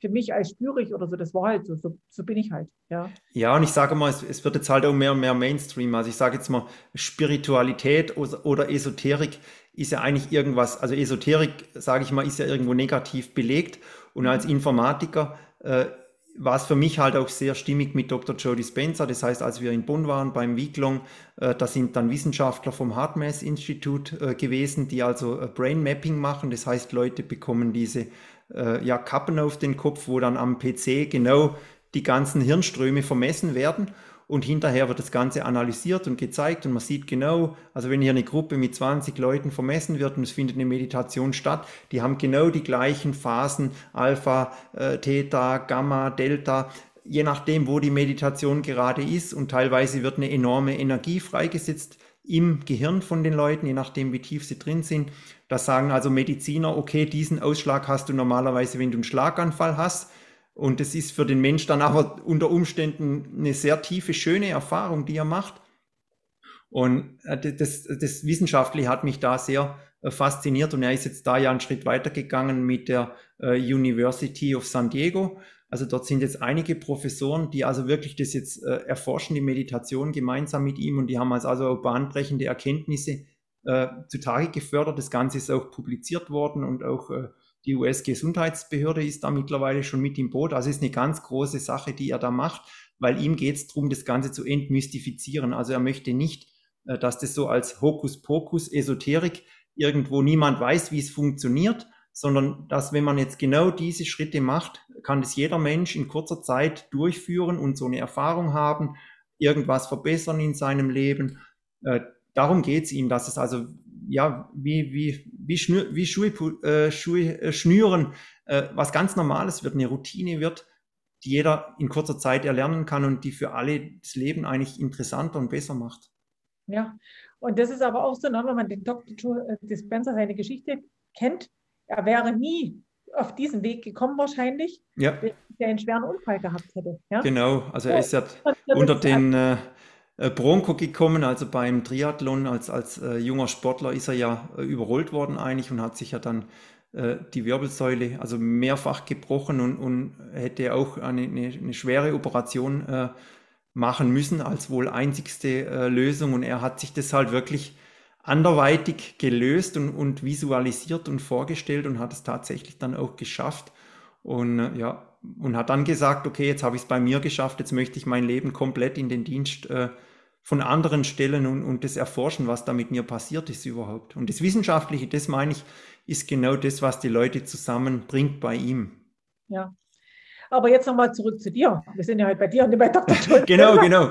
für mich als spüre ich oder so, das war halt so, so, so bin ich halt, ja. Ja, und ich sage mal, es, es wird jetzt halt auch mehr und mehr Mainstream. Also ich sage jetzt mal, Spiritualität oder, oder Esoterik ist ja eigentlich irgendwas, also Esoterik, sage ich mal, ist ja irgendwo negativ belegt. Und als Mhm. Informatiker äh, war es für mich halt auch sehr stimmig mit Doktor Joe Dispenza. Das heißt, als wir in Bonn waren beim Wieglong, äh, da sind dann Wissenschaftler vom HeartMath-Institut äh, gewesen, die also äh, Brain Mapping machen. Das heißt, Leute bekommen diese äh, ja, Kappen auf den Kopf, wo dann am P C genau die ganzen Hirnströme vermessen werden. Und hinterher wird das Ganze analysiert und gezeigt und man sieht genau, also wenn hier eine Gruppe mit zwanzig Leuten vermessen wird und es findet eine Meditation statt, die haben genau die gleichen Phasen, Alpha, äh, Theta, Gamma, Delta, je nachdem, wo die Meditation gerade ist, und teilweise wird eine enorme Energie freigesetzt im Gehirn von den Leuten, je nachdem, wie tief sie drin sind. Da sagen also Mediziner, okay, diesen Ausschlag hast du normalerweise, wenn du einen Schlaganfall hast. Und es ist für den Mensch dann aber unter Umständen eine sehr tiefe, schöne Erfahrung, die er macht. Und das, das Wissenschaftliche hat mich da sehr fasziniert, und er ist jetzt da ja einen Schritt weiter gegangen mit der University of San Diego. Also dort sind jetzt einige Professoren, die also wirklich das jetzt erforschen, die Meditation gemeinsam mit ihm, und die haben also auch bahnbrechende Erkenntnisse äh, zutage gefördert. Das Ganze ist auch publiziert worden, und auch äh, die U S-Gesundheitsbehörde ist da mittlerweile schon mit im Boot. Also es ist eine ganz große Sache, die er da macht, weil ihm geht es darum, das Ganze zu entmystifizieren. Also er möchte nicht, äh, dass das so als Hokuspokus, Esoterik irgendwo niemand weiß, wie es funktioniert, sondern dass, wenn man jetzt genau diese Schritte macht, kann das jeder Mensch in kurzer Zeit durchführen und so eine Erfahrung haben, irgendwas verbessern in seinem Leben. Äh, darum geht es ihm, dass es also ja, wie, wie, wie, Schnür, wie Schuhe, äh, Schuhe äh, schnüren, äh, was ganz Normales wird, eine Routine wird, die jeder in kurzer Zeit erlernen kann und die für alle das Leben eigentlich interessanter und besser macht. Ja, und das ist aber auch so, ne, wenn man den Doktor Joe Dispenza, seine Geschichte kennt, er wäre nie auf diesen Weg gekommen wahrscheinlich, Ja, wenn er einen schweren Unfall gehabt hätte. Ja? genau. Also er ist ja Und unter das ist den äh, Bronco gekommen, also beim Triathlon, als, als äh, junger Sportler ist er ja äh, überrollt worden eigentlich und hat sich ja dann äh, die Wirbelsäule also mehrfach gebrochen, und, und hätte auch eine, eine, eine schwere Operation äh, machen müssen als wohl einzigste äh, Lösung, und er hat sich das halt wirklich anderweitig gelöst und, und visualisiert und vorgestellt und hat es tatsächlich dann auch geschafft, und äh, ja, und hat dann gesagt, okay, jetzt habe ich es bei mir geschafft, jetzt möchte ich mein Leben komplett in den Dienst äh, von anderen stellen, und, und das erforschen, was da mit mir passiert ist überhaupt. Und das Wissenschaftliche, das meine ich, ist genau das, was die Leute zusammenbringt bei ihm. Ja, aber jetzt nochmal zurück zu dir. Wir sind ja halt bei dir und nicht bei Doktor Joe. Genau, genau.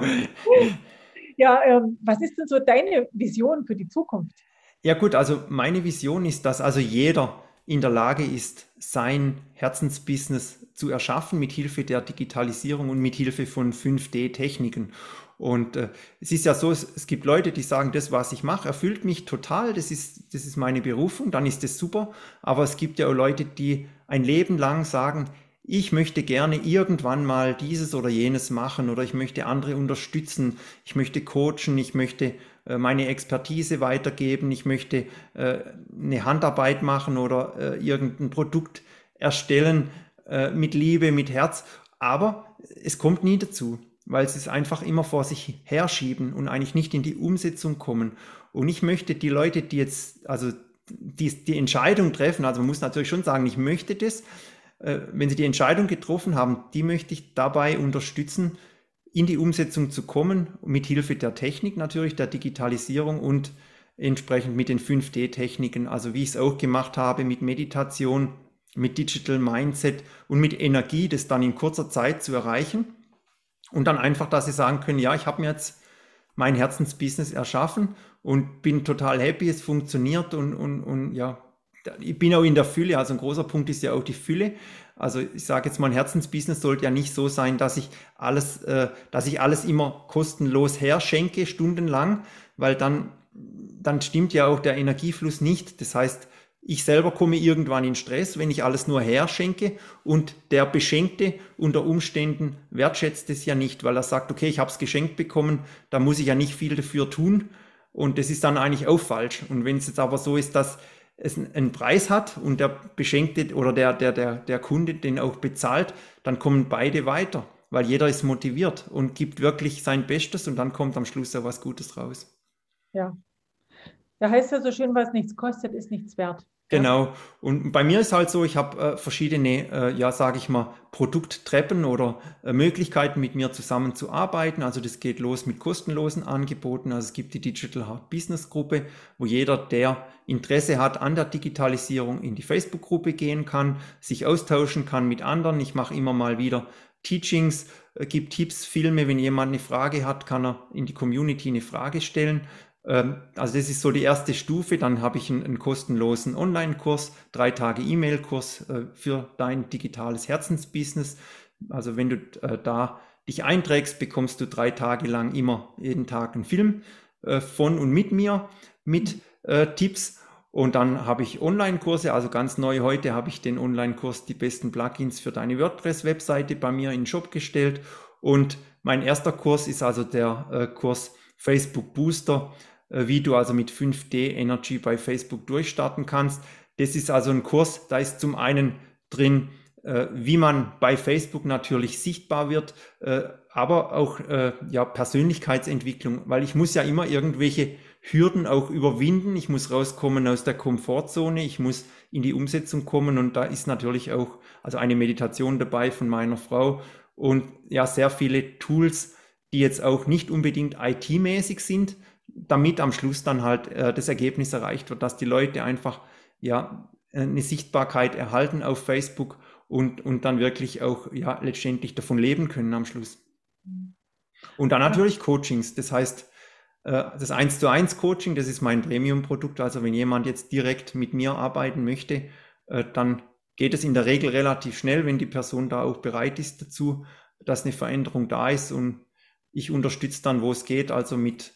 Ja, ähm, was ist denn so deine Vision für die Zukunft? Ja gut, also meine Vision ist, dass also jeder in der Lage ist, sein Herzensbusiness zu erschaffen mit Hilfe der Digitalisierung und mit Hilfe von fünf D-Techniken. Und äh, es ist ja so, es, es gibt Leute, die sagen, das, was ich mache, erfüllt mich total, das ist, das ist meine Berufung, dann ist das super. Aber es gibt ja auch Leute, die ein Leben lang sagen, ich möchte gerne irgendwann mal dieses oder jenes machen, oder ich möchte andere unterstützen, ich möchte coachen, ich möchte äh, meine Expertise weitergeben, ich möchte äh, eine Handarbeit machen oder äh, irgendein Produkt erstellen äh, mit Liebe, mit Herz. Aber es kommt nie dazu, weil sie es einfach immer vor sich herschieben und eigentlich nicht in die Umsetzung kommen. Und ich möchte die Leute, die jetzt, also die, die Entscheidung treffen, also man muss natürlich schon sagen, ich möchte das, wenn sie die Entscheidung getroffen haben, die möchte ich dabei unterstützen, in die Umsetzung zu kommen, mit Hilfe der Technik natürlich, der Digitalisierung und entsprechend mit den fünf D-Techniken, also wie ich es auch gemacht habe mit Meditation, mit Digital Mindset und mit Energie, das dann in kurzer Zeit zu erreichen, und dann einfach, dass sie sagen können, ja, ich habe mir jetzt mein Herzensbusiness erschaffen und bin total happy, es funktioniert, und, und, und ja, ich bin auch in der Fülle, also ein großer Punkt ist ja auch die Fülle. Also ich sage jetzt mal, ein Herzensbusiness sollte ja nicht so sein, dass ich alles, äh, dass ich alles immer kostenlos herschenke, stundenlang, weil dann, dann stimmt ja auch der Energiefluss nicht. Das heißt, ich selber komme irgendwann in Stress, wenn ich alles nur herschenke, und der Beschenkte unter Umständen wertschätzt es ja nicht, weil er sagt, okay, ich habe es geschenkt bekommen, da muss ich ja nicht viel dafür tun, und das ist dann eigentlich auch falsch. Und wenn es jetzt aber so ist, dass es einen Preis hat und der Beschenkte oder der, der, der, der Kunde den auch bezahlt, dann kommen beide weiter, weil jeder ist motiviert und gibt wirklich sein Bestes und dann kommt am Schluss auch was Gutes raus. Ja, da heißt ja so schön, was nichts kostet, ist nichts wert. Ja? Genau. Und bei mir ist halt so, ich habe äh, verschiedene, äh, ja, sage ich mal, Produkttreppen oder äh, Möglichkeiten, mit mir zusammenzuarbeiten. Also das geht los mit kostenlosen Angeboten. Also es gibt die Digital Heart Business Gruppe, wo jeder, der Interesse hat an der Digitalisierung, in die Facebook-Gruppe gehen kann, sich austauschen kann mit anderen. Ich mache immer mal wieder Teachings, äh, gebe Tipps, Filme. Wenn jemand eine Frage hat, kann er in die Community eine Frage stellen. Also das ist so die erste Stufe. Dann habe ich einen, einen kostenlosen Online-Kurs, drei Tage E-Mail-Kurs äh, für dein digitales Herzensbusiness. Also wenn du äh, da dich einträgst, bekommst du drei Tage lang immer jeden Tag einen Film äh, von und mit mir, mit äh, Tipps. Und dann habe ich Online-Kurse, also ganz neu heute habe ich den Online-Kurs Die besten Plugins für deine WordPress-Webseite bei mir in den Shop gestellt. Und mein erster Kurs ist also der äh, Kurs Facebook Booster, wie du also mit fünf D Energy bei Facebook durchstarten kannst. Das ist also ein Kurs, da ist zum einen drin, wie man bei Facebook natürlich sichtbar wird, aber auch ja, Persönlichkeitsentwicklung, weil ich muss ja immer irgendwelche Hürden auch überwinden. Ich muss rauskommen aus der Komfortzone, ich muss in die Umsetzung kommen und da ist natürlich auch also eine Meditation dabei von meiner Frau und ja sehr viele Tools, die jetzt auch nicht unbedingt I T-mäßig sind, damit am Schluss dann halt äh, das Ergebnis erreicht wird, dass die Leute einfach ja eine Sichtbarkeit erhalten auf Facebook und, und dann wirklich auch ja letztendlich davon leben können am Schluss. Und dann natürlich Coachings, das heißt äh, das eins zu eins Coaching, das ist mein Premium-Produkt, also wenn jemand jetzt direkt mit mir arbeiten möchte, äh, dann geht es in der Regel relativ schnell, wenn die Person da auch bereit ist dazu, dass eine Veränderung da ist und ich unterstütze dann, wo es geht, also mit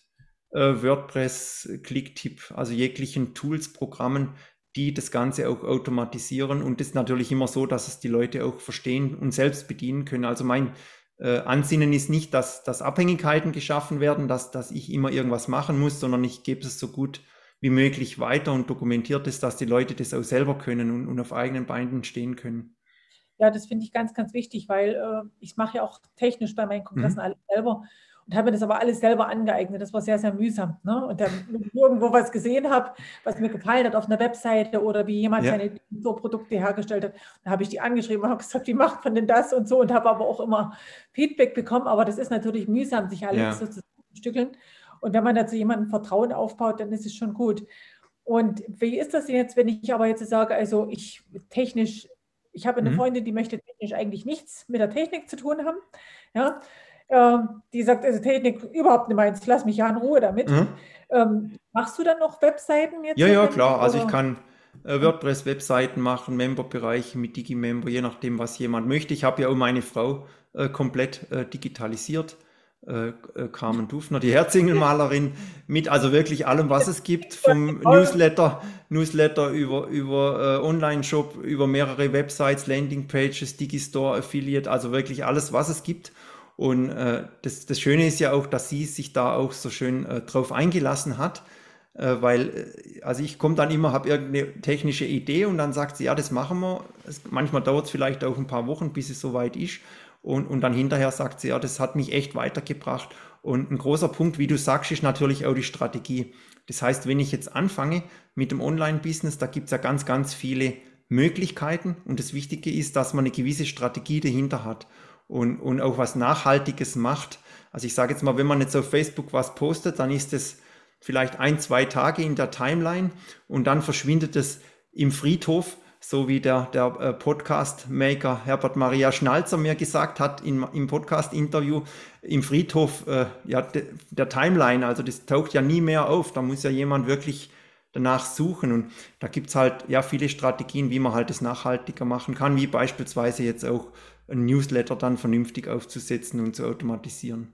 WordPress, Clicktip, also jeglichen Tools, Programmen, die das Ganze auch automatisieren und das ist natürlich immer so, dass es die Leute auch verstehen und selbst bedienen können. Also mein äh, Ansinnen ist nicht, dass, dass Abhängigkeiten geschaffen werden, dass, dass ich immer irgendwas machen muss, sondern ich gebe es so gut wie möglich weiter und dokumentiert es, dass die Leute das auch selber können und, und auf eigenen Beinen stehen können. Ja, das finde ich ganz, ganz wichtig, weil äh, ich mache ja auch technisch bei meinen Kongressen mhm. alles selber. Und habe mir das aber alles selber angeeignet. Das war sehr, sehr mühsam. Ne? Und dann irgendwo was gesehen habe, was mir gefallen hat auf einer Webseite oder wie jemand ja. seine so Produkte hergestellt hat, dann habe ich die angeschrieben und habe gesagt, wie macht man denn das und so und habe aber auch immer Feedback bekommen. Aber das ist natürlich mühsam, sich alles ja. so zusammenzustückeln. Und wenn man dazu jemandem Vertrauen aufbaut, dann ist es schon gut. Und wie ist das denn jetzt, wenn ich aber jetzt sage, also ich technisch, ich habe eine mhm. Freundin, die möchte technisch eigentlich nichts mit der Technik zu tun haben. Ja, Ähm, die sagt, also Technik überhaupt nicht meins, lass mich ja in Ruhe damit. Mhm. Ähm, machst du dann noch Webseiten jetzt? Ja, ja, klar. Also ich kann äh, WordPress-Webseiten machen, Member-Bereiche mit Digimember, je nachdem, was jemand möchte. Ich habe ja auch meine Frau äh, komplett äh, digitalisiert. Äh, äh, Carmen Dufner, die Herzingelmalerin, mit also wirklich allem, was es gibt, vom Newsletter, Newsletter über, über äh, Online-Shop, über mehrere Websites, Landingpages, Digistore, Affiliate, also wirklich alles, was es gibt. Und äh, das, das Schöne ist ja auch, dass sie sich da auch so schön äh, drauf eingelassen hat, äh, weil, äh, also ich komme dann immer, habe irgendeine technische Idee und dann sagt sie, ja, das machen wir. Es, manchmal dauert es vielleicht auch ein paar Wochen, bis es soweit ist. Und, und dann hinterher sagt sie, ja, das hat mich echt weitergebracht. Und ein großer Punkt, wie du sagst, ist natürlich auch die Strategie. Das heißt, wenn ich jetzt anfange mit dem Online-Business, da gibt es ja ganz, ganz viele Möglichkeiten. Und das Wichtige ist, dass man eine gewisse Strategie dahinter hat. Und, und auch was Nachhaltiges macht. Also ich sage jetzt mal, wenn man jetzt auf Facebook was postet, dann ist es vielleicht ein, zwei Tage in der Timeline und dann verschwindet es im Friedhof, so wie der, der Podcast-Maker Herbert Maria Schnalzer mir gesagt hat in, im Podcast-Interview, im Friedhof äh, ja, de, der Timeline, also das taucht ja nie mehr auf, da muss ja jemand wirklich danach suchen und da gibt es halt ja viele Strategien, wie man halt das nachhaltiger machen kann, wie beispielsweise jetzt auch ein Newsletter dann vernünftig aufzusetzen und zu automatisieren.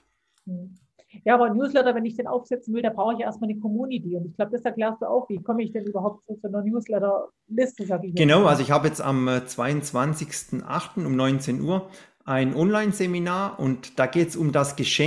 Ja, aber ein Newsletter, wenn ich den aufsetzen will, da brauche ich erstmal eine Community. Und ich glaube, das erklärst du auch. Wie komme ich denn überhaupt zu so einer Newsletter-Liste, sage ich jetzt. Genau, also ich habe jetzt am zweiundzwanzigsten achten um neunzehn Uhr ein Online-Seminar und da geht es um das Geschenk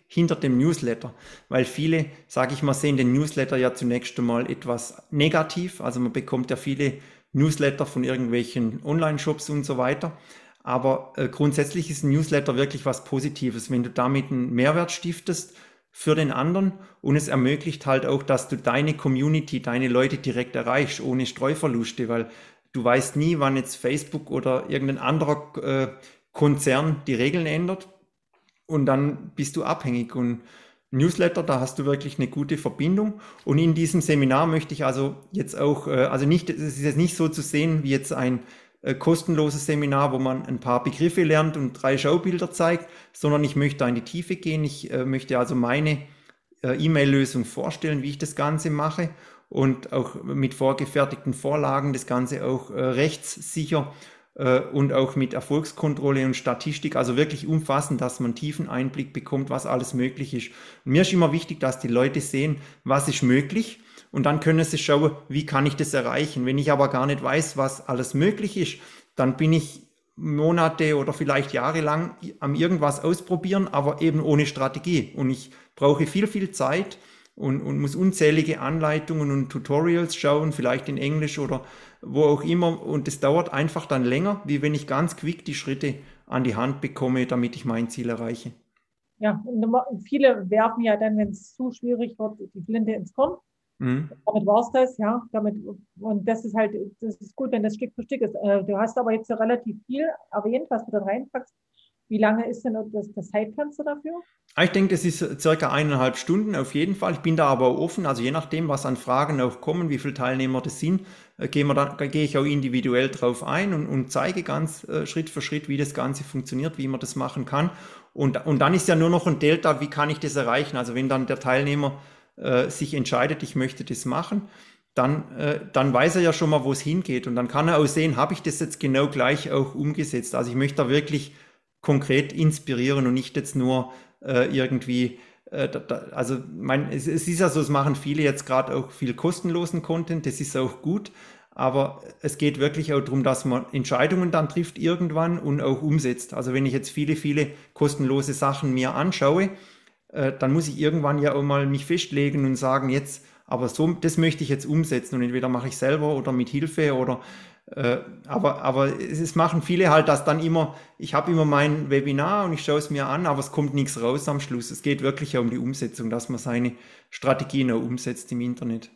hinter dem Newsletter, weil viele, sage ich mal, sehen den Newsletter ja zunächst einmal etwas negativ, also man bekommt ja viele Newsletter von irgendwelchen Online-Shops und so weiter, aber äh, grundsätzlich ist ein Newsletter wirklich was Positives, wenn du damit einen Mehrwert stiftest für den anderen und es ermöglicht halt auch, dass du deine Community, deine Leute direkt erreichst, ohne Streuverluste, weil du weißt nie, wann jetzt Facebook oder irgendein anderer äh, Konzern die Regeln ändert und dann bist du abhängig. Und Newsletter, da hast du wirklich eine gute Verbindung. Und in diesem Seminar möchte ich also jetzt auch, äh, also nicht, es ist jetzt nicht so zu sehen wie jetzt ein äh, kostenloses Seminar, wo man ein paar Begriffe lernt und drei Schaubilder zeigt, sondern ich möchte da in die Tiefe gehen. Ich äh, möchte also meine äh, E-Mail-Lösung vorstellen, wie ich das Ganze mache und auch mit vorgefertigten Vorlagen das Ganze auch äh, rechtssicher äh, und auch mit Erfolgskontrolle und Statistik, also wirklich umfassend, dass man einen tiefen Einblick bekommt, was alles möglich ist. Und mir ist immer wichtig, dass die Leute sehen, was ist möglich und dann können sie schauen, wie kann ich das erreichen. Wenn ich aber gar nicht weiß, was alles möglich ist, dann bin ich Monate oder vielleicht Jahre lang am irgendwas ausprobieren, aber eben ohne Strategie. Und ich brauche viel, viel Zeit und, und muss unzählige Anleitungen und Tutorials schauen, vielleicht in Englisch oder wo auch immer. Und das dauert einfach dann länger, wie wenn ich ganz quick die Schritte an die Hand bekomme, damit ich mein Ziel erreiche. Ja, und viele werfen ja dann, wenn es zu schwierig wird, die Flinte ins Korn. Mhm. Damit war es das, ja. Damit, und das ist halt, das ist gut, wenn das Stück für Stück ist. Du hast aber jetzt ja relativ viel erwähnt, was du da reinpackst. Wie lange ist denn das, das Zeitfenster dafür? Ich denke, das ist circa eineinhalb Stunden auf jeden Fall. Ich bin da aber offen, also je nachdem, was an Fragen auch kommen, wie viele Teilnehmer das sind, gehen wir dann, gehe ich auch individuell drauf ein und, und zeige ganz äh, Schritt für Schritt, wie das Ganze funktioniert, wie man das machen kann. Und, und dann ist ja nur noch ein Delta, wie kann ich das erreichen? Also wenn dann der Teilnehmer äh, sich entscheidet, ich möchte das machen, dann, äh, dann weiß er ja schon mal, wo es hingeht. Und dann kann er auch sehen, habe ich das jetzt genau gleich auch umgesetzt. Also ich möchte da wirklich konkret inspirieren und nicht jetzt nur äh, irgendwie, äh, da, da, also mein, es, es ist ja so, es machen viele jetzt gerade auch viel kostenlosen Content, das ist auch gut, aber es geht wirklich auch darum, dass man Entscheidungen dann trifft irgendwann und auch umsetzt. Also wenn ich jetzt viele, viele kostenlose Sachen mir anschaue, äh, dann muss ich irgendwann ja auch mal mich festlegen und sagen, jetzt, aber so, das möchte ich jetzt umsetzen und entweder mache ich selber oder mit Hilfe oder Äh, aber, aber es, es machen viele halt das dann immer, ich habe immer mein Webinar und ich schaue es mir an, aber es kommt nichts raus am Schluss. Es geht wirklich ja um die Umsetzung, dass man seine Strategien auch umsetzt im Internet.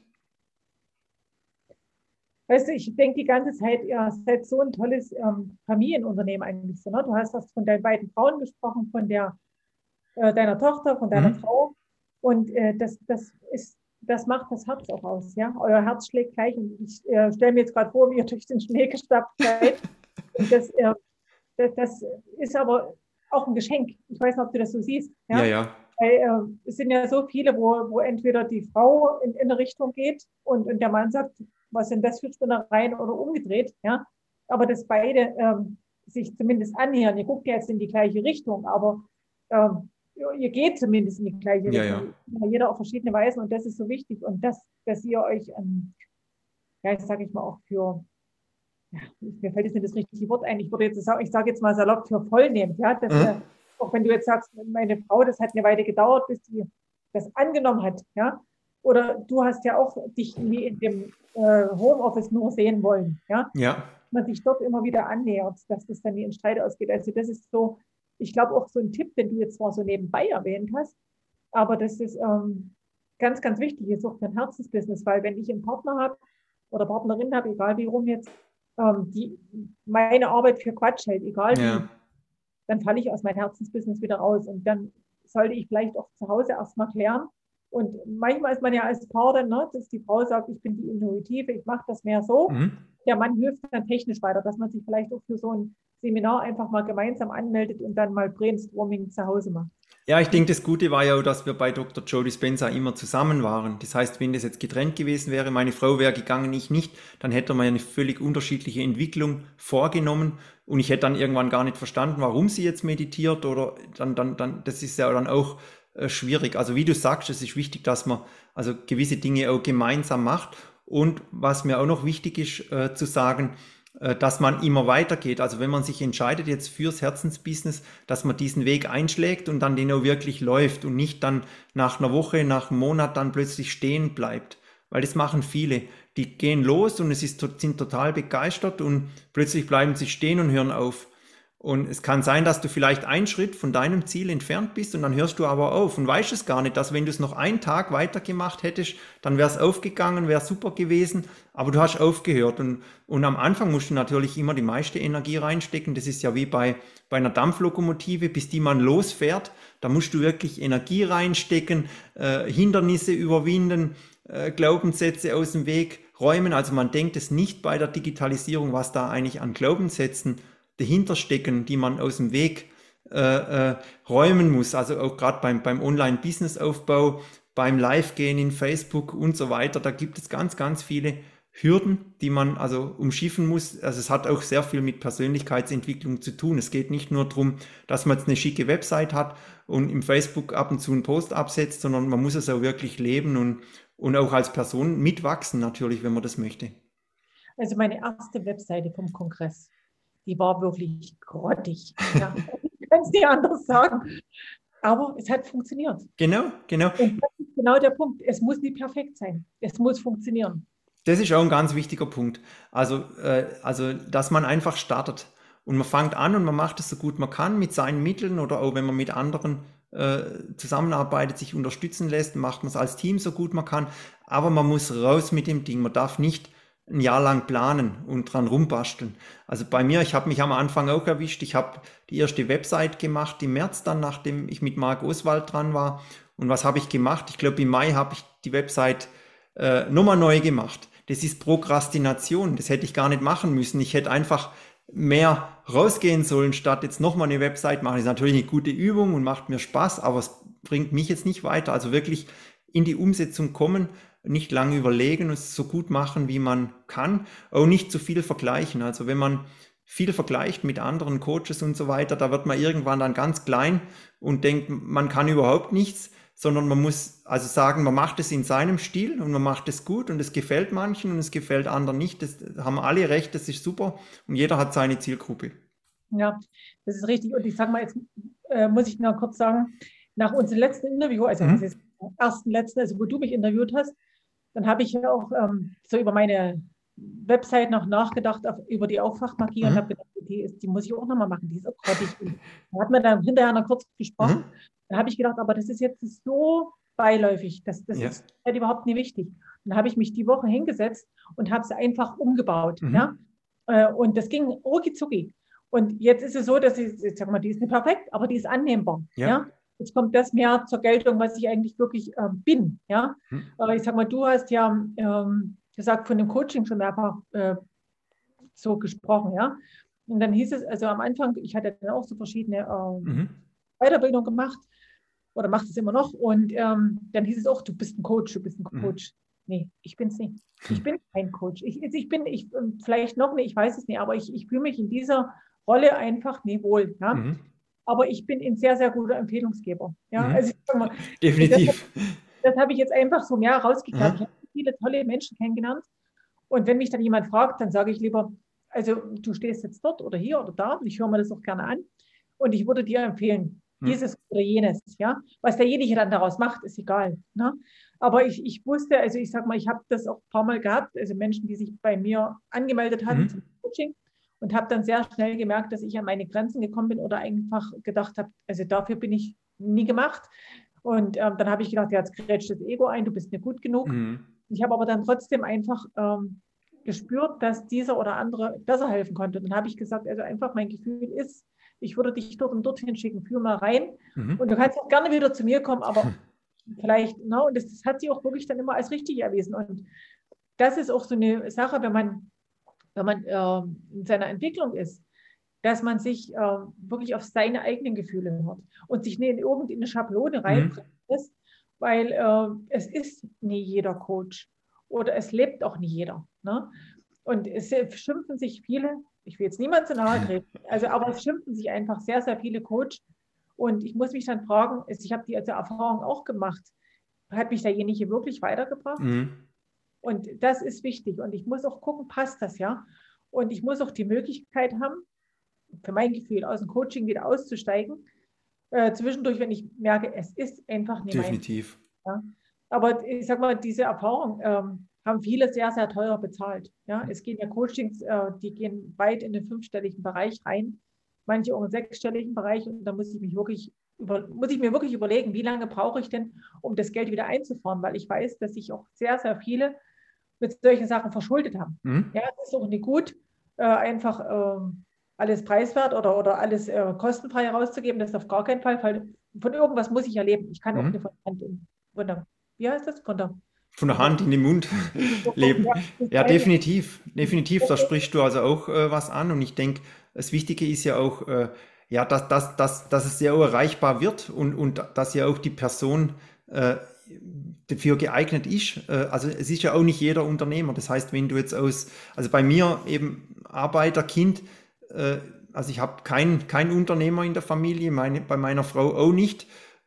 Weißt du, ich denke die ganze Zeit, ihr seid so ein tolles ähm, Familienunternehmen eigentlich. So, ne? Du hast das von deinen beiden Frauen gesprochen, von der, äh, deiner Tochter, von deiner mhm. Frau. Und äh, das, das ist das macht das Herz auch aus, ja. Euer Herz schlägt gleich. Und ich äh, stelle mir jetzt gerade vor, wie ihr durch den Schnee gestapft seid. Und das, äh, das, das ist aber auch ein Geschenk. Ich weiß nicht, ob du das so siehst. Ja, ja. ja. Weil äh, es sind ja so viele, wo, wo entweder die Frau in, in eine Richtung geht und, und der Mann sagt, was sind das für Spinnereien oder umgedreht, ja. Aber dass beide ähm, sich zumindest annähern. Ihr guckt ja jetzt in die gleiche Richtung, aber ähm, ihr geht zumindest in die gleiche Richtung. Ja, ja. Jeder auf verschiedene Weisen und das ist so wichtig. Und das, dass ihr euch, ähm, ja, ich sage ich mal auch für, ja, mir fällt jetzt nicht das richtige Wort ein, ich würde jetzt sagen, ich sage jetzt mal salopp für voll nehmt, ja, dass, mhm. äh, auch wenn du jetzt sagst, meine Frau, das hat eine Weile gedauert, bis die das angenommen hat, ja, oder du hast ja auch dich nie in dem äh, Homeoffice nur sehen wollen, ja, ja. Man sich dort immer wieder annähert, dass das dann nie in Streit ausgeht. Also das ist so, ich glaube auch so ein Tipp, den du jetzt zwar so nebenbei erwähnt hast, aber das ist ähm, ganz, ganz wichtig, ist auch für ein Herzensbusiness, weil wenn ich einen Partner habe oder Partnerin habe, egal wie rum jetzt, ähm, die meine Arbeit für Quatsch hält, egal wie, ja. dann falle ich aus meinem Herzensbusiness wieder raus und dann sollte ich vielleicht auch zu Hause erstmal klären. Und manchmal ist man ja als Paar dann, ne, dass die Frau sagt, ich bin die Intuitive, ich mache das mehr so. Mhm. Der Mann hilft dann technisch weiter, dass man sich vielleicht auch für so ein Seminar einfach mal gemeinsam anmeldet und dann mal Brainstorming zu Hause macht. Ja, ich denke, das Gute war ja auch, dass wir bei Doktor Joe Dispenza immer zusammen waren. Das heißt, wenn das jetzt getrennt gewesen wäre, meine Frau wäre gegangen, ich nicht, dann hätte man ja eine völlig unterschiedliche Entwicklung vorgenommen und ich hätte dann irgendwann gar nicht verstanden, warum sie jetzt meditiert oder dann, dann, dann, das ist ja dann auch äh, schwierig. Also wie du sagst, es ist wichtig, dass man also gewisse Dinge auch gemeinsam macht und was mir auch noch wichtig ist äh, zu sagen, äh, dass man immer weitergeht. Also wenn man sich entscheidet jetzt fürs Herzensbusiness, dass man diesen Weg einschlägt und dann den auch wirklich läuft und nicht dann nach einer Woche, nach einem Monat dann plötzlich stehen bleibt. Weil das machen viele. Die gehen los und es ist, sind total begeistert und plötzlich bleiben sie stehen und hören auf. Und es kann sein, dass du vielleicht einen Schritt von deinem Ziel entfernt bist und dann hörst du aber auf und weißt es gar nicht, dass wenn du es noch einen Tag weitergemacht hättest, dann wäre es aufgegangen, wäre super gewesen, aber du hast aufgehört. Und, und am Anfang musst du natürlich immer die meiste Energie reinstecken. Das ist ja wie bei, bei einer Dampflokomotive, bis die man losfährt. Da musst du wirklich Energie reinstecken, äh, Hindernisse überwinden, äh, Glaubenssätze aus dem Weg räumen. Also man denkt es nicht bei der Digitalisierung, was da eigentlich an Glaubenssätzen dahinter stecken, die man aus dem Weg äh, äh, räumen muss. Also auch gerade beim, beim Online-Business-Aufbau, beim Live-Gehen in Facebook und so weiter. Da gibt es ganz, ganz viele Hürden, die man also umschiffen muss. Also es hat auch sehr viel mit Persönlichkeitsentwicklung zu tun. Es geht nicht nur darum, dass man jetzt eine schicke Website hat und im Facebook ab und zu einen Post absetzt, sondern man muss es auch wirklich leben und, und auch als Person mitwachsen natürlich, wenn man das möchte. Also meine erste Webseite vom Kongress, die war wirklich grottig. Ja. Ich kann es nicht anders sagen. Aber es hat funktioniert. Genau, genau. Und das ist genau der Punkt. Es muss nicht perfekt sein. Es muss funktionieren. Das ist auch ein ganz wichtiger Punkt. Also, äh, also, dass man einfach startet und man fängt an und man macht es so gut man kann mit seinen Mitteln oder auch wenn man mit anderen äh, zusammenarbeitet, sich unterstützen lässt, macht man es als Team so gut man kann. Aber man muss raus mit dem Ding. Man darf nicht ein Jahr lang planen und dran rumbasteln. Also bei mir, ich habe mich am Anfang auch erwischt. Ich habe die erste Website gemacht im März dann, nachdem ich mit Marc Oswald dran war. Und was habe ich gemacht? Ich glaube, im Mai habe ich die Website äh, nochmal neu gemacht. Das ist Prokrastination. Das hätte ich gar nicht machen müssen. Ich hätte einfach mehr rausgehen sollen, statt jetzt nochmal eine Website machen. Das ist natürlich eine gute Übung und macht mir Spaß, aber es bringt mich jetzt nicht weiter. Also wirklich in die Umsetzung kommen, nicht lange überlegen und es so gut machen, wie man kann. Auch nicht zu viel vergleichen. Also wenn man viel vergleicht mit anderen Coaches und so weiter, da wird man irgendwann dann ganz klein und denkt, man kann überhaupt nichts, sondern man muss also sagen, man macht es in seinem Stil und man macht es gut und es gefällt manchen und es gefällt anderen nicht. Das haben alle recht, das ist super und jeder hat seine Zielgruppe. Ja, das ist richtig. Und ich sage mal, jetzt äh, muss ich noch kurz sagen, nach unserem letzten Interview, also mhm. das ersten letzten, also wo du mich interviewt hast, dann habe ich ja auch ähm, so über meine Website noch nachgedacht, auf, über die Aufwachmagie mhm. und habe gedacht, die, ist, die muss ich auch nochmal machen, die ist auch grottig. Da hat man dann hinterher noch kurz gesprochen. Mhm. Dann habe ich gedacht, aber das ist jetzt so beiläufig, das, das ja. ist halt überhaupt nicht wichtig. Und dann habe ich mich die Woche hingesetzt und habe sie einfach umgebaut. Mhm. Ja? Und das ging rucki zucki. Und jetzt ist es so, dass ich, ich sag mal, die ist nicht perfekt, aber die ist annehmbar. Ja. ja? Jetzt kommt das mehr zur Geltung, was ich eigentlich wirklich äh, bin. Ja? Mhm. Äh, ich sag mal, du hast ja ähm, gesagt, von dem Coaching schon mehrfach äh, so gesprochen. Ja? Und dann hieß es, also am Anfang, ich hatte dann auch so verschiedene äh, mhm. Weiterbildung gemacht oder macht es immer noch. Und ähm, dann hieß es auch, du bist ein Coach, du bist ein Coach. Mhm. Nee, ich bin es nicht. Ich bin kein Coach. Ich, ich bin, ich, vielleicht noch nicht, ich weiß es nicht, aber ich, ich fühle mich in dieser Rolle einfach nie wohl. Ja? Mhm. Aber ich bin ein sehr, sehr guter Empfehlungsgeber. Ja? Mhm. Also ich sag mal, definitiv. Das, das habe ich jetzt einfach so mehr rausgekehrt. Mhm. Ich habe viele tolle Menschen kennengelernt. Und wenn mich dann jemand fragt, dann sage ich lieber, also du stehst jetzt dort oder hier oder da. Und ich höre mir das auch gerne an. Und ich würde dir empfehlen, dieses oder jenes, ja. Was derjenige dann daraus macht, ist egal. Ne? Aber ich, ich wusste, also ich sag mal, ich habe das auch ein paar Mal gehabt, also Menschen, die sich bei mir angemeldet hatten mhm. zum Coaching und habe dann sehr schnell gemerkt, dass ich an meine Grenzen gekommen bin oder einfach gedacht habe, also dafür bin ich nie gemacht. Und ähm, dann habe ich gedacht, ja, jetzt grätscht das Ego ein, du bist nicht gut genug. Mhm. Ich habe aber dann trotzdem einfach ähm, gespürt, dass dieser oder andere besser helfen konnte. Und dann habe ich gesagt, also einfach mein Gefühl ist, ich würde dich dort und dorthin schicken, führ mal rein. Mhm. Und du kannst auch gerne wieder zu mir kommen, aber vielleicht, no, und das, das hat sich auch wirklich dann immer als richtig erwiesen. Und das ist auch so eine Sache, wenn man, wenn man äh, in seiner Entwicklung ist, dass man sich äh, wirklich auf seine eigenen Gefühle hört und sich nicht in irgendeine Schablone reinbringt, mhm. weil äh, es ist nie jeder Coach oder es lebt auch nie jeder. Ne? Und es schimpfen sich viele, ich will jetzt niemand zu nahe treten, also, aber es schimpfen sich einfach sehr, sehr viele Coach. Und ich muss mich dann fragen, ich habe die also Erfahrung auch gemacht, hat mich derjenige wirklich weitergebracht? Mhm. Und das ist wichtig. Und ich muss auch gucken, passt das, ja? Und ich muss auch die Möglichkeit haben, für mein Gefühl, aus dem Coaching wieder auszusteigen. Äh, zwischendurch, wenn ich merke, es ist einfach nicht meins. Definitiv. Ja. Aber ich sag mal, diese Erfahrung ähm, haben viele sehr, sehr teuer bezahlt. Ja. Es gehen ja Coachings, äh, die gehen weit in den fünfstelligen Bereich rein, manche auch im sechsstelligen Bereich. Und da muss ich mich wirklich über, muss ich mir wirklich überlegen, wie lange brauche ich denn, um das Geld wieder einzufahren, weil ich weiß, dass sich auch sehr, sehr viele mit solchen Sachen verschuldet haben. Mhm. Ja, es ist auch nicht gut, äh, einfach äh, alles preiswert oder, oder alles äh, kostenfrei rauszugeben. Das ist auf gar keinen Fall, weil von irgendwas muss ich ja leben. Ich kann auch Mhm. nicht von der Hand in, von der, wie heißt das? Von der, Von der Hand in den Mund leben. Ja, definitiv. Definitiv, da sprichst du also auch äh, was an. Und ich denke, das Wichtige ist ja auch, äh, ja, dass, dass, dass, dass es ja auch erreichbar wird und, und dass ja auch die Person äh, dafür geeignet ist. Äh, also es ist ja auch nicht jeder Unternehmer. Das heißt, wenn du jetzt aus, also bei mir eben Arbeiterkind, äh, also ich habe keinen kein Unternehmer in der Familie, meine, bei meiner Frau auch nicht.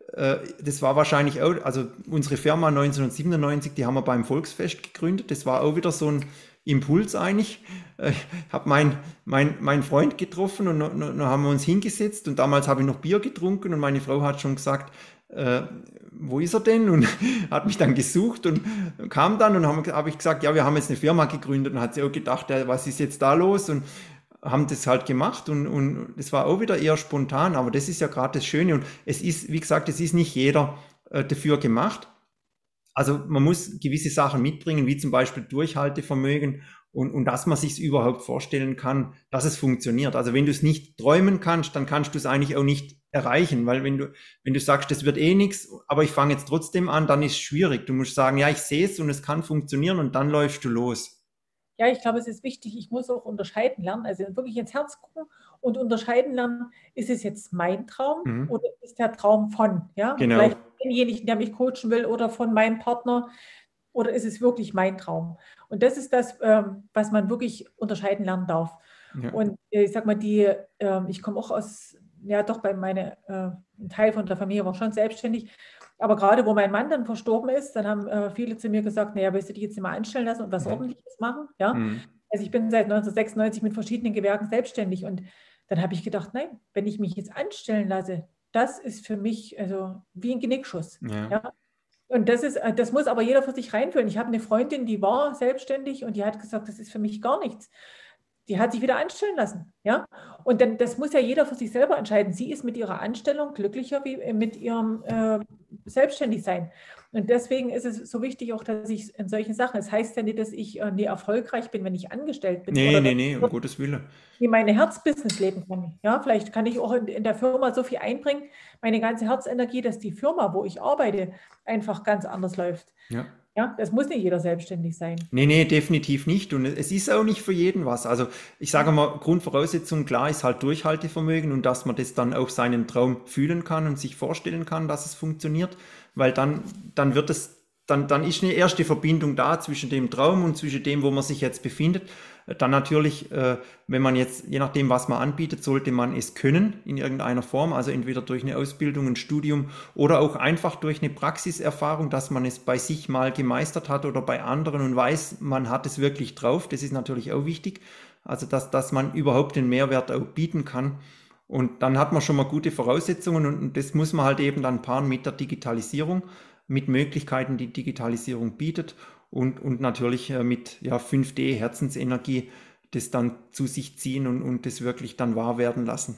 Das war wahrscheinlich auch, also unsere Firma neunzehnhundertsiebenundneunzig, die haben wir beim Volksfest gegründet. Das war auch wieder so ein Impuls eigentlich. Ich habe meinen mein, mein Freund getroffen und dann haben wir uns hingesetzt und damals habe ich noch Bier getrunken und meine Frau hat schon gesagt, äh, wo ist er denn? Und hat mich dann gesucht und kam dann und habe hab ich gesagt, ja, wir haben jetzt eine Firma gegründet und hat sie auch gedacht, ja, was ist jetzt da los? Und haben das halt gemacht und, und das war auch wieder eher spontan, aber das ist ja gerade das Schöne und es ist, wie gesagt, es ist nicht jeder äh, dafür gemacht. Also man muss gewisse Sachen mitbringen, wie zum Beispiel Durchhaltevermögen und, und dass man sich es überhaupt vorstellen kann, dass es funktioniert. Also wenn du es nicht träumen kannst, dann kannst du es eigentlich auch nicht erreichen, weil wenn du, wenn du sagst, das wird eh nichts, aber ich fange jetzt trotzdem an, dann ist es schwierig. Du musst sagen, ja, ich sehe es und es kann funktionieren und dann läufst du los. Ja, ich glaube, es ist wichtig, ich muss auch unterscheiden lernen, also wirklich ins Herz gucken und unterscheiden lernen, ist es jetzt mein Traum Mhm. oder ist der Traum von, ja, Genau. vielleicht denjenigen, der mich coachen will oder von meinem Partner oder ist es wirklich mein Traum? Und das ist das, ähm, was man wirklich unterscheiden lernen darf. Ja. Und äh, ich sag mal, die, ähm, ich komme auch aus, ja doch, bei meine, äh, ein Teil von der Familie war schon selbstständig. Aber gerade wo mein Mann dann verstorben ist, dann haben äh, viele zu mir gesagt, naja, willst du dich jetzt nicht mal anstellen lassen und was Mhm. Ordentliches machen? Ja? Mhm. Also ich bin seit neunzehnhundertsechsundneunzig mit verschiedenen Gewerken selbstständig und dann habe ich gedacht, nein, wenn ich mich jetzt anstellen lasse, das ist für mich also wie ein Genickschuss. Ja. Ja? Und das ist, das muss aber jeder für sich reinfühlen. Ich habe eine Freundin, die war selbstständig und die hat gesagt, das ist für mich gar nichts. Die hat sich wieder anstellen lassen. Ja? Und dann, das muss ja jeder für sich selber entscheiden. Sie ist mit ihrer Anstellung glücklicher wie mit ihrem äh, Selbstständigsein. Und deswegen ist es so wichtig auch, dass ich in solchen Sachen, es das heißt ja nicht, dass ich äh, nie erfolgreich bin, wenn ich angestellt bin. Nee, oder nee, nee, um Gottes Willen. Wie meine Herzbusiness leben kann. Ja, vielleicht kann ich auch in, in der Firma so viel einbringen, meine ganze Herzenergie, dass die Firma, wo ich arbeite, einfach ganz anders läuft. Ja. Ja, das muss nicht jeder selbstständig sein. Nee, nee, definitiv nicht. Und es ist auch nicht für jeden was. Also ich sage mal, Grundvoraussetzung, klar, ist halt Durchhaltevermögen und dass man das dann auch seinen Traum fühlen kann und sich vorstellen kann, dass es funktioniert. Weil dann, dann wird es, dann, dann ist eine erste Verbindung da zwischen dem Traum und zwischen dem, wo man sich jetzt befindet. Dann natürlich, äh, wenn man jetzt, je nachdem, was man anbietet, sollte man es können in irgendeiner Form, also entweder durch eine Ausbildung, ein Studium oder auch einfach durch eine Praxiserfahrung, dass man es bei sich mal gemeistert hat oder bei anderen und weiß, man hat es wirklich drauf. Das ist natürlich auch wichtig, also dass, dass man überhaupt den Mehrwert auch bieten kann. Und dann hat man schon mal gute Voraussetzungen und das muss man halt eben dann paaren mit der Digitalisierung, mit Möglichkeiten, die Digitalisierung bietet. Und, und natürlich äh, mit ja, fünf D, Herzensenergie, das dann zu sich ziehen und, und das wirklich dann wahr werden lassen.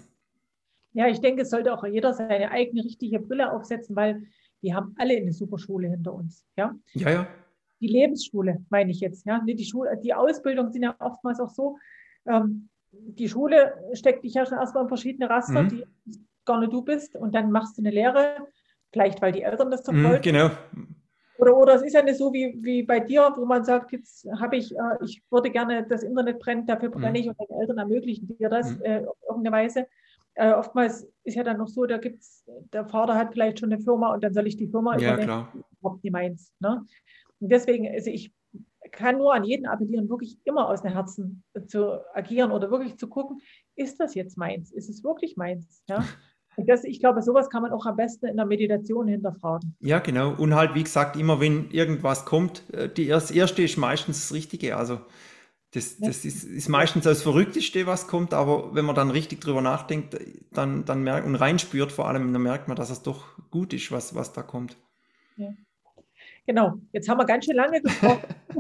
Ja, ich denke, es sollte auch jeder seine eigene richtige Brille aufsetzen, weil wir haben alle eine super Schule hinter uns. Ja, ja. ja. Die Lebensschule, meine ich jetzt. Ja, die, Schule, die Ausbildung sind ja oftmals auch so, ähm, die Schule steckt dich ja schon erstmal in verschiedene Raster, mhm. die gar nicht du bist und dann machst du eine Lehre, vielleicht weil die Eltern das doch mhm, wollten. Genau. Oder, oder es ist ja nicht so wie, wie bei dir, wo man sagt, jetzt habe ich, äh, ich würde gerne, das Internet brennt, dafür brenne mhm. ich und deine Eltern ermöglichen dir das mhm. äh, auf irgendeine Weise. Äh, oftmals ist ja dann noch so, da gibt's, der Vater hat vielleicht schon eine Firma und dann soll ich die Firma ja, übernehmen. Klar. Überhaupt nicht meins. Ne? Und deswegen, also ich kann nur an jeden appellieren, wirklich immer aus dem Herzen zu agieren oder wirklich zu gucken, ist das jetzt meins? Ist es wirklich meins? Ja? Und das, ich glaube, sowas kann man auch am besten in der Meditation hinterfragen. Ja, genau. Und halt, wie gesagt, immer wenn irgendwas kommt, die, das Erste ist meistens das Richtige. Also Das, Ja. das ist, ist meistens das Verrückteste, was kommt, aber wenn man dann richtig drüber nachdenkt, dann, dann merkt und reinspürt vor allem, dann merkt man, dass es doch gut ist, was, was da kommt. Ja. Genau, jetzt haben wir ganz schön lange gesprochen.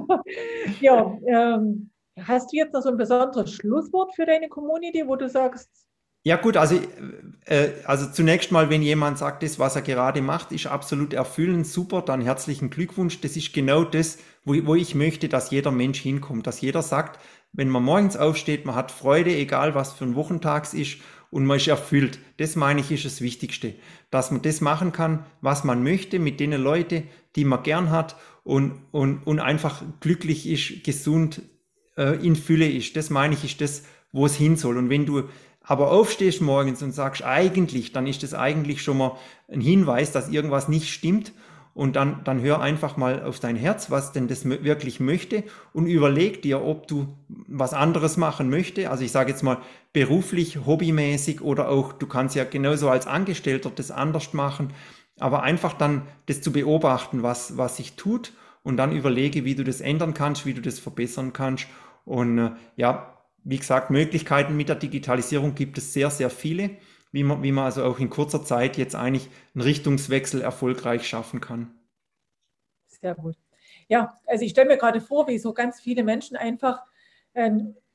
Ja, ähm, hast du jetzt noch so ein besonderes Schlusswort für deine Community, wo du sagst, Ja gut, also, äh, also zunächst mal, wenn jemand sagt, das, was er gerade macht, ist absolut erfüllend, super, dann herzlichen Glückwunsch. Das ist genau das, wo, wo ich möchte, dass jeder Mensch hinkommt, dass jeder sagt, wenn man morgens aufsteht, man hat Freude, egal was für ein Wochentag es ist und man ist erfüllt. Das meine ich, ist das Wichtigste, dass man das machen kann, was man möchte, mit den Leuten, die man gern hat und, und, und einfach glücklich ist, gesund, äh, in Fülle ist. Das meine ich, ist das, wo es hin soll. Und wenn du aber aufstehst morgens und sagst eigentlich, dann ist das eigentlich schon mal ein Hinweis, dass irgendwas nicht stimmt. Und dann, dann hör einfach mal auf dein Herz, was denn das wirklich möchte und überleg dir, ob du was anderes machen möchtest. Also ich sage jetzt mal beruflich, hobbymäßig oder auch, du kannst ja genauso als Angestellter das anders machen, aber einfach dann das zu beobachten, was, was sich tut und dann überlege, wie du das ändern kannst, wie du das verbessern kannst. Und äh, ja, wie gesagt, Möglichkeiten mit der Digitalisierung gibt es sehr, sehr viele, wie man, wie man also auch in kurzer Zeit jetzt eigentlich einen Richtungswechsel erfolgreich schaffen kann. sehr gut. Ja, also ich stelle mir gerade vor, wie so ganz viele Menschen einfach äh,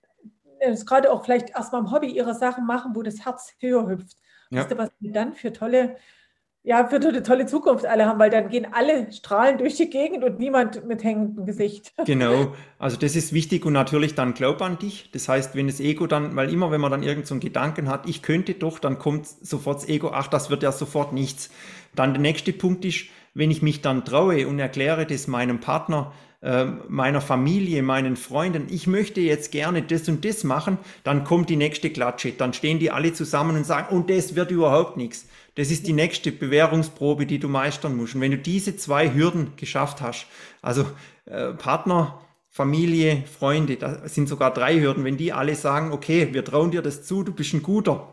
es gerade auch vielleicht erstmal im Hobby ihre Sachen machen, wo das Herz höher hüpft. Ja. Wisst ihr, was wir dann für tolle, ja, für eine tolle Zukunft alle haben, weil dann gehen alle strahlen durch die Gegend und niemand mit hängendem Gesicht. Genau, also das ist wichtig und natürlich dann glaub an dich. Das heißt, wenn das Ego dann, weil immer wenn man dann irgend so einen Gedanken hat, ich könnte doch, dann kommt sofort das Ego, ach, das wird ja sofort nichts. Dann der nächste Punkt ist, wenn ich mich dann traue und erkläre das meinem Partner, äh, meiner Familie, meinen Freunden, ich möchte jetzt gerne das und das machen, dann kommt die nächste Klatsche. Dann stehen die alle zusammen und sagen, und das wird überhaupt nichts. Das ist die nächste Bewährungsprobe, die du meistern musst. Und wenn du diese zwei Hürden geschafft hast, also äh, Partner, Familie, Freunde, das sind sogar drei Hürden, wenn die alle sagen, okay, wir trauen dir das zu, du bist ein Guter,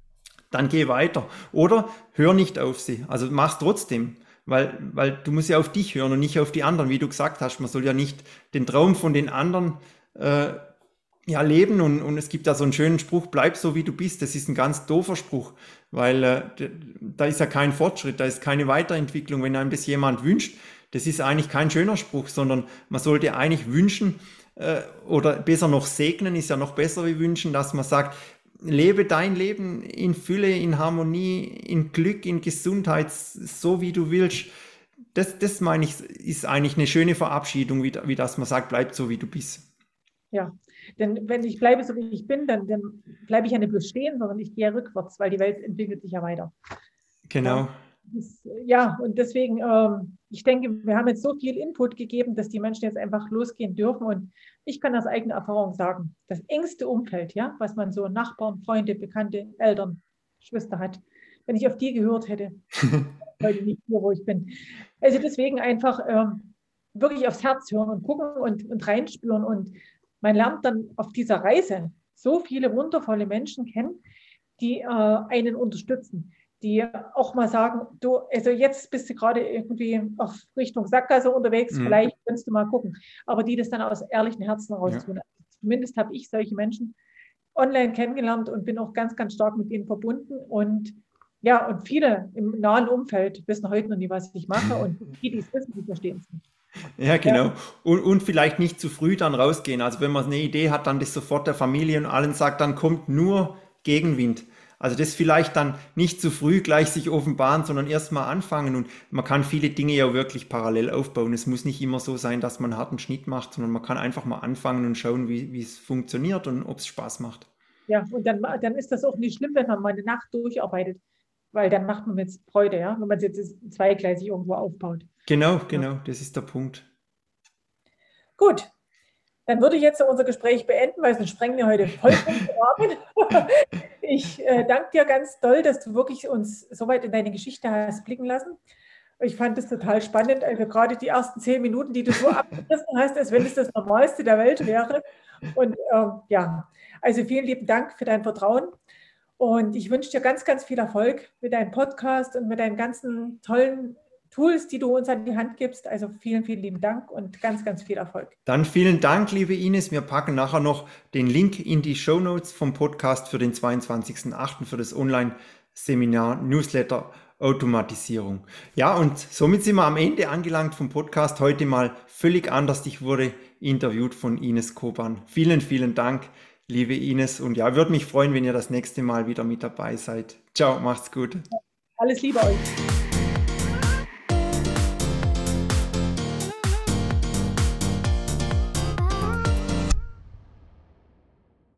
dann geh weiter. Oder hör nicht auf sie, also mach's trotzdem. Weil, weil du musst ja auf dich hören und nicht auf die anderen, wie du gesagt hast. Man soll ja nicht den Traum von den anderen äh, ja, leben und, und es gibt da so einen schönen Spruch, bleib so wie du bist. Das ist ein ganz doofer Spruch, weil äh, da ist ja kein Fortschritt, da ist keine Weiterentwicklung, wenn einem das jemand wünscht. Das ist eigentlich kein schöner Spruch, sondern man sollte eigentlich wünschen äh, oder besser noch segnen, ist ja noch besser wie wünschen, dass man sagt, lebe dein Leben in Fülle, in Harmonie, in Glück, in Gesundheit, so wie du willst. Das, das meine ich, ist eigentlich eine schöne Verabschiedung, wie, wie dass man sagt, bleib so wie du bist. Ja, denn wenn ich bleibe so wie ich bin, dann, dann bleibe ich ja nicht bloß stehen, sondern ich gehe rückwärts, weil die Welt entwickelt sich ja weiter. Genau. Ja, das, ja und deswegen, ähm, ich denke, wir haben jetzt so viel Input gegeben, dass die Menschen jetzt einfach losgehen dürfen. Und ich kann aus eigener Erfahrung sagen, das engste Umfeld, ja, was man so Nachbarn, Freunde, Bekannte, Eltern, Geschwister hat, wenn ich auf die gehört hätte, heute nicht hier, wo ich bin. Also deswegen einfach ähm, wirklich aufs Herz hören und gucken und, und reinspüren. Und man lernt dann auf dieser Reise so viele wundervolle Menschen kennen, die äh, einen unterstützen, die auch mal sagen, du, also jetzt bist du gerade irgendwie auf Richtung Sackgasse unterwegs, mhm. vielleicht kannst du mal gucken. Aber die das dann aus ehrlichen Herzen raus tun. Ja. Zumindest habe ich solche Menschen online kennengelernt und bin auch ganz, ganz stark mit ihnen verbunden. Und ja, und viele im nahen Umfeld wissen heute noch nie, was ich mache. Und die, die es wissen, die verstehen es nicht. Ja, genau. Ja. Und, und vielleicht nicht zu früh dann rausgehen. Also wenn man eine Idee hat, dann das sofort der Familie und allen sagt, dann kommt nur Gegenwind. Also das vielleicht dann nicht zu früh gleich sich offenbaren, sondern erst mal anfangen. Und man kann viele Dinge ja wirklich parallel aufbauen. Es muss nicht immer so sein, dass man einen harten Schnitt macht, sondern man kann einfach mal anfangen und schauen, wie, wie es funktioniert und ob es Spaß macht. Ja, und dann, dann ist das auch nicht schlimm, wenn man mal eine Nacht durcharbeitet, weil dann macht man jetzt Freude, ja, wenn man es jetzt zweigleisig irgendwo aufbaut. Genau, genau, ja. Das ist der Punkt. Gut, dann würde ich jetzt unser Gespräch beenden, weil es sprengt ja heute vollkommen Rahmen. Ich äh, danke dir ganz doll, dass du wirklich uns so weit in deine Geschichte hast blicken lassen. Ich fand es total spannend, also gerade die ersten zehn Minuten, die du so abgerissen hast, als wenn es das Normalste der Welt wäre. Und ähm, ja, also vielen lieben Dank für dein Vertrauen. Und ich wünsche dir ganz, ganz viel Erfolg mit deinem Podcast und mit deinen ganzen tollen Tools, die du uns an die Hand gibst. Also vielen, vielen lieben Dank und ganz, ganz viel Erfolg. Dann vielen Dank, liebe Ines. Wir packen nachher noch den Link in die Shownotes vom Podcast für den zweiundzwanzigsten achten für das Online-Seminar Newsletter Automatisierung. Ja, und somit sind wir am Ende angelangt vom Podcast. Heute mal völlig anders. Ich wurde interviewt von Ines Koban. Vielen, vielen Dank, liebe Ines. Und ja, würde mich freuen, wenn ihr das nächste Mal wieder mit dabei seid. Ciao, macht's gut. Alles Liebe euch.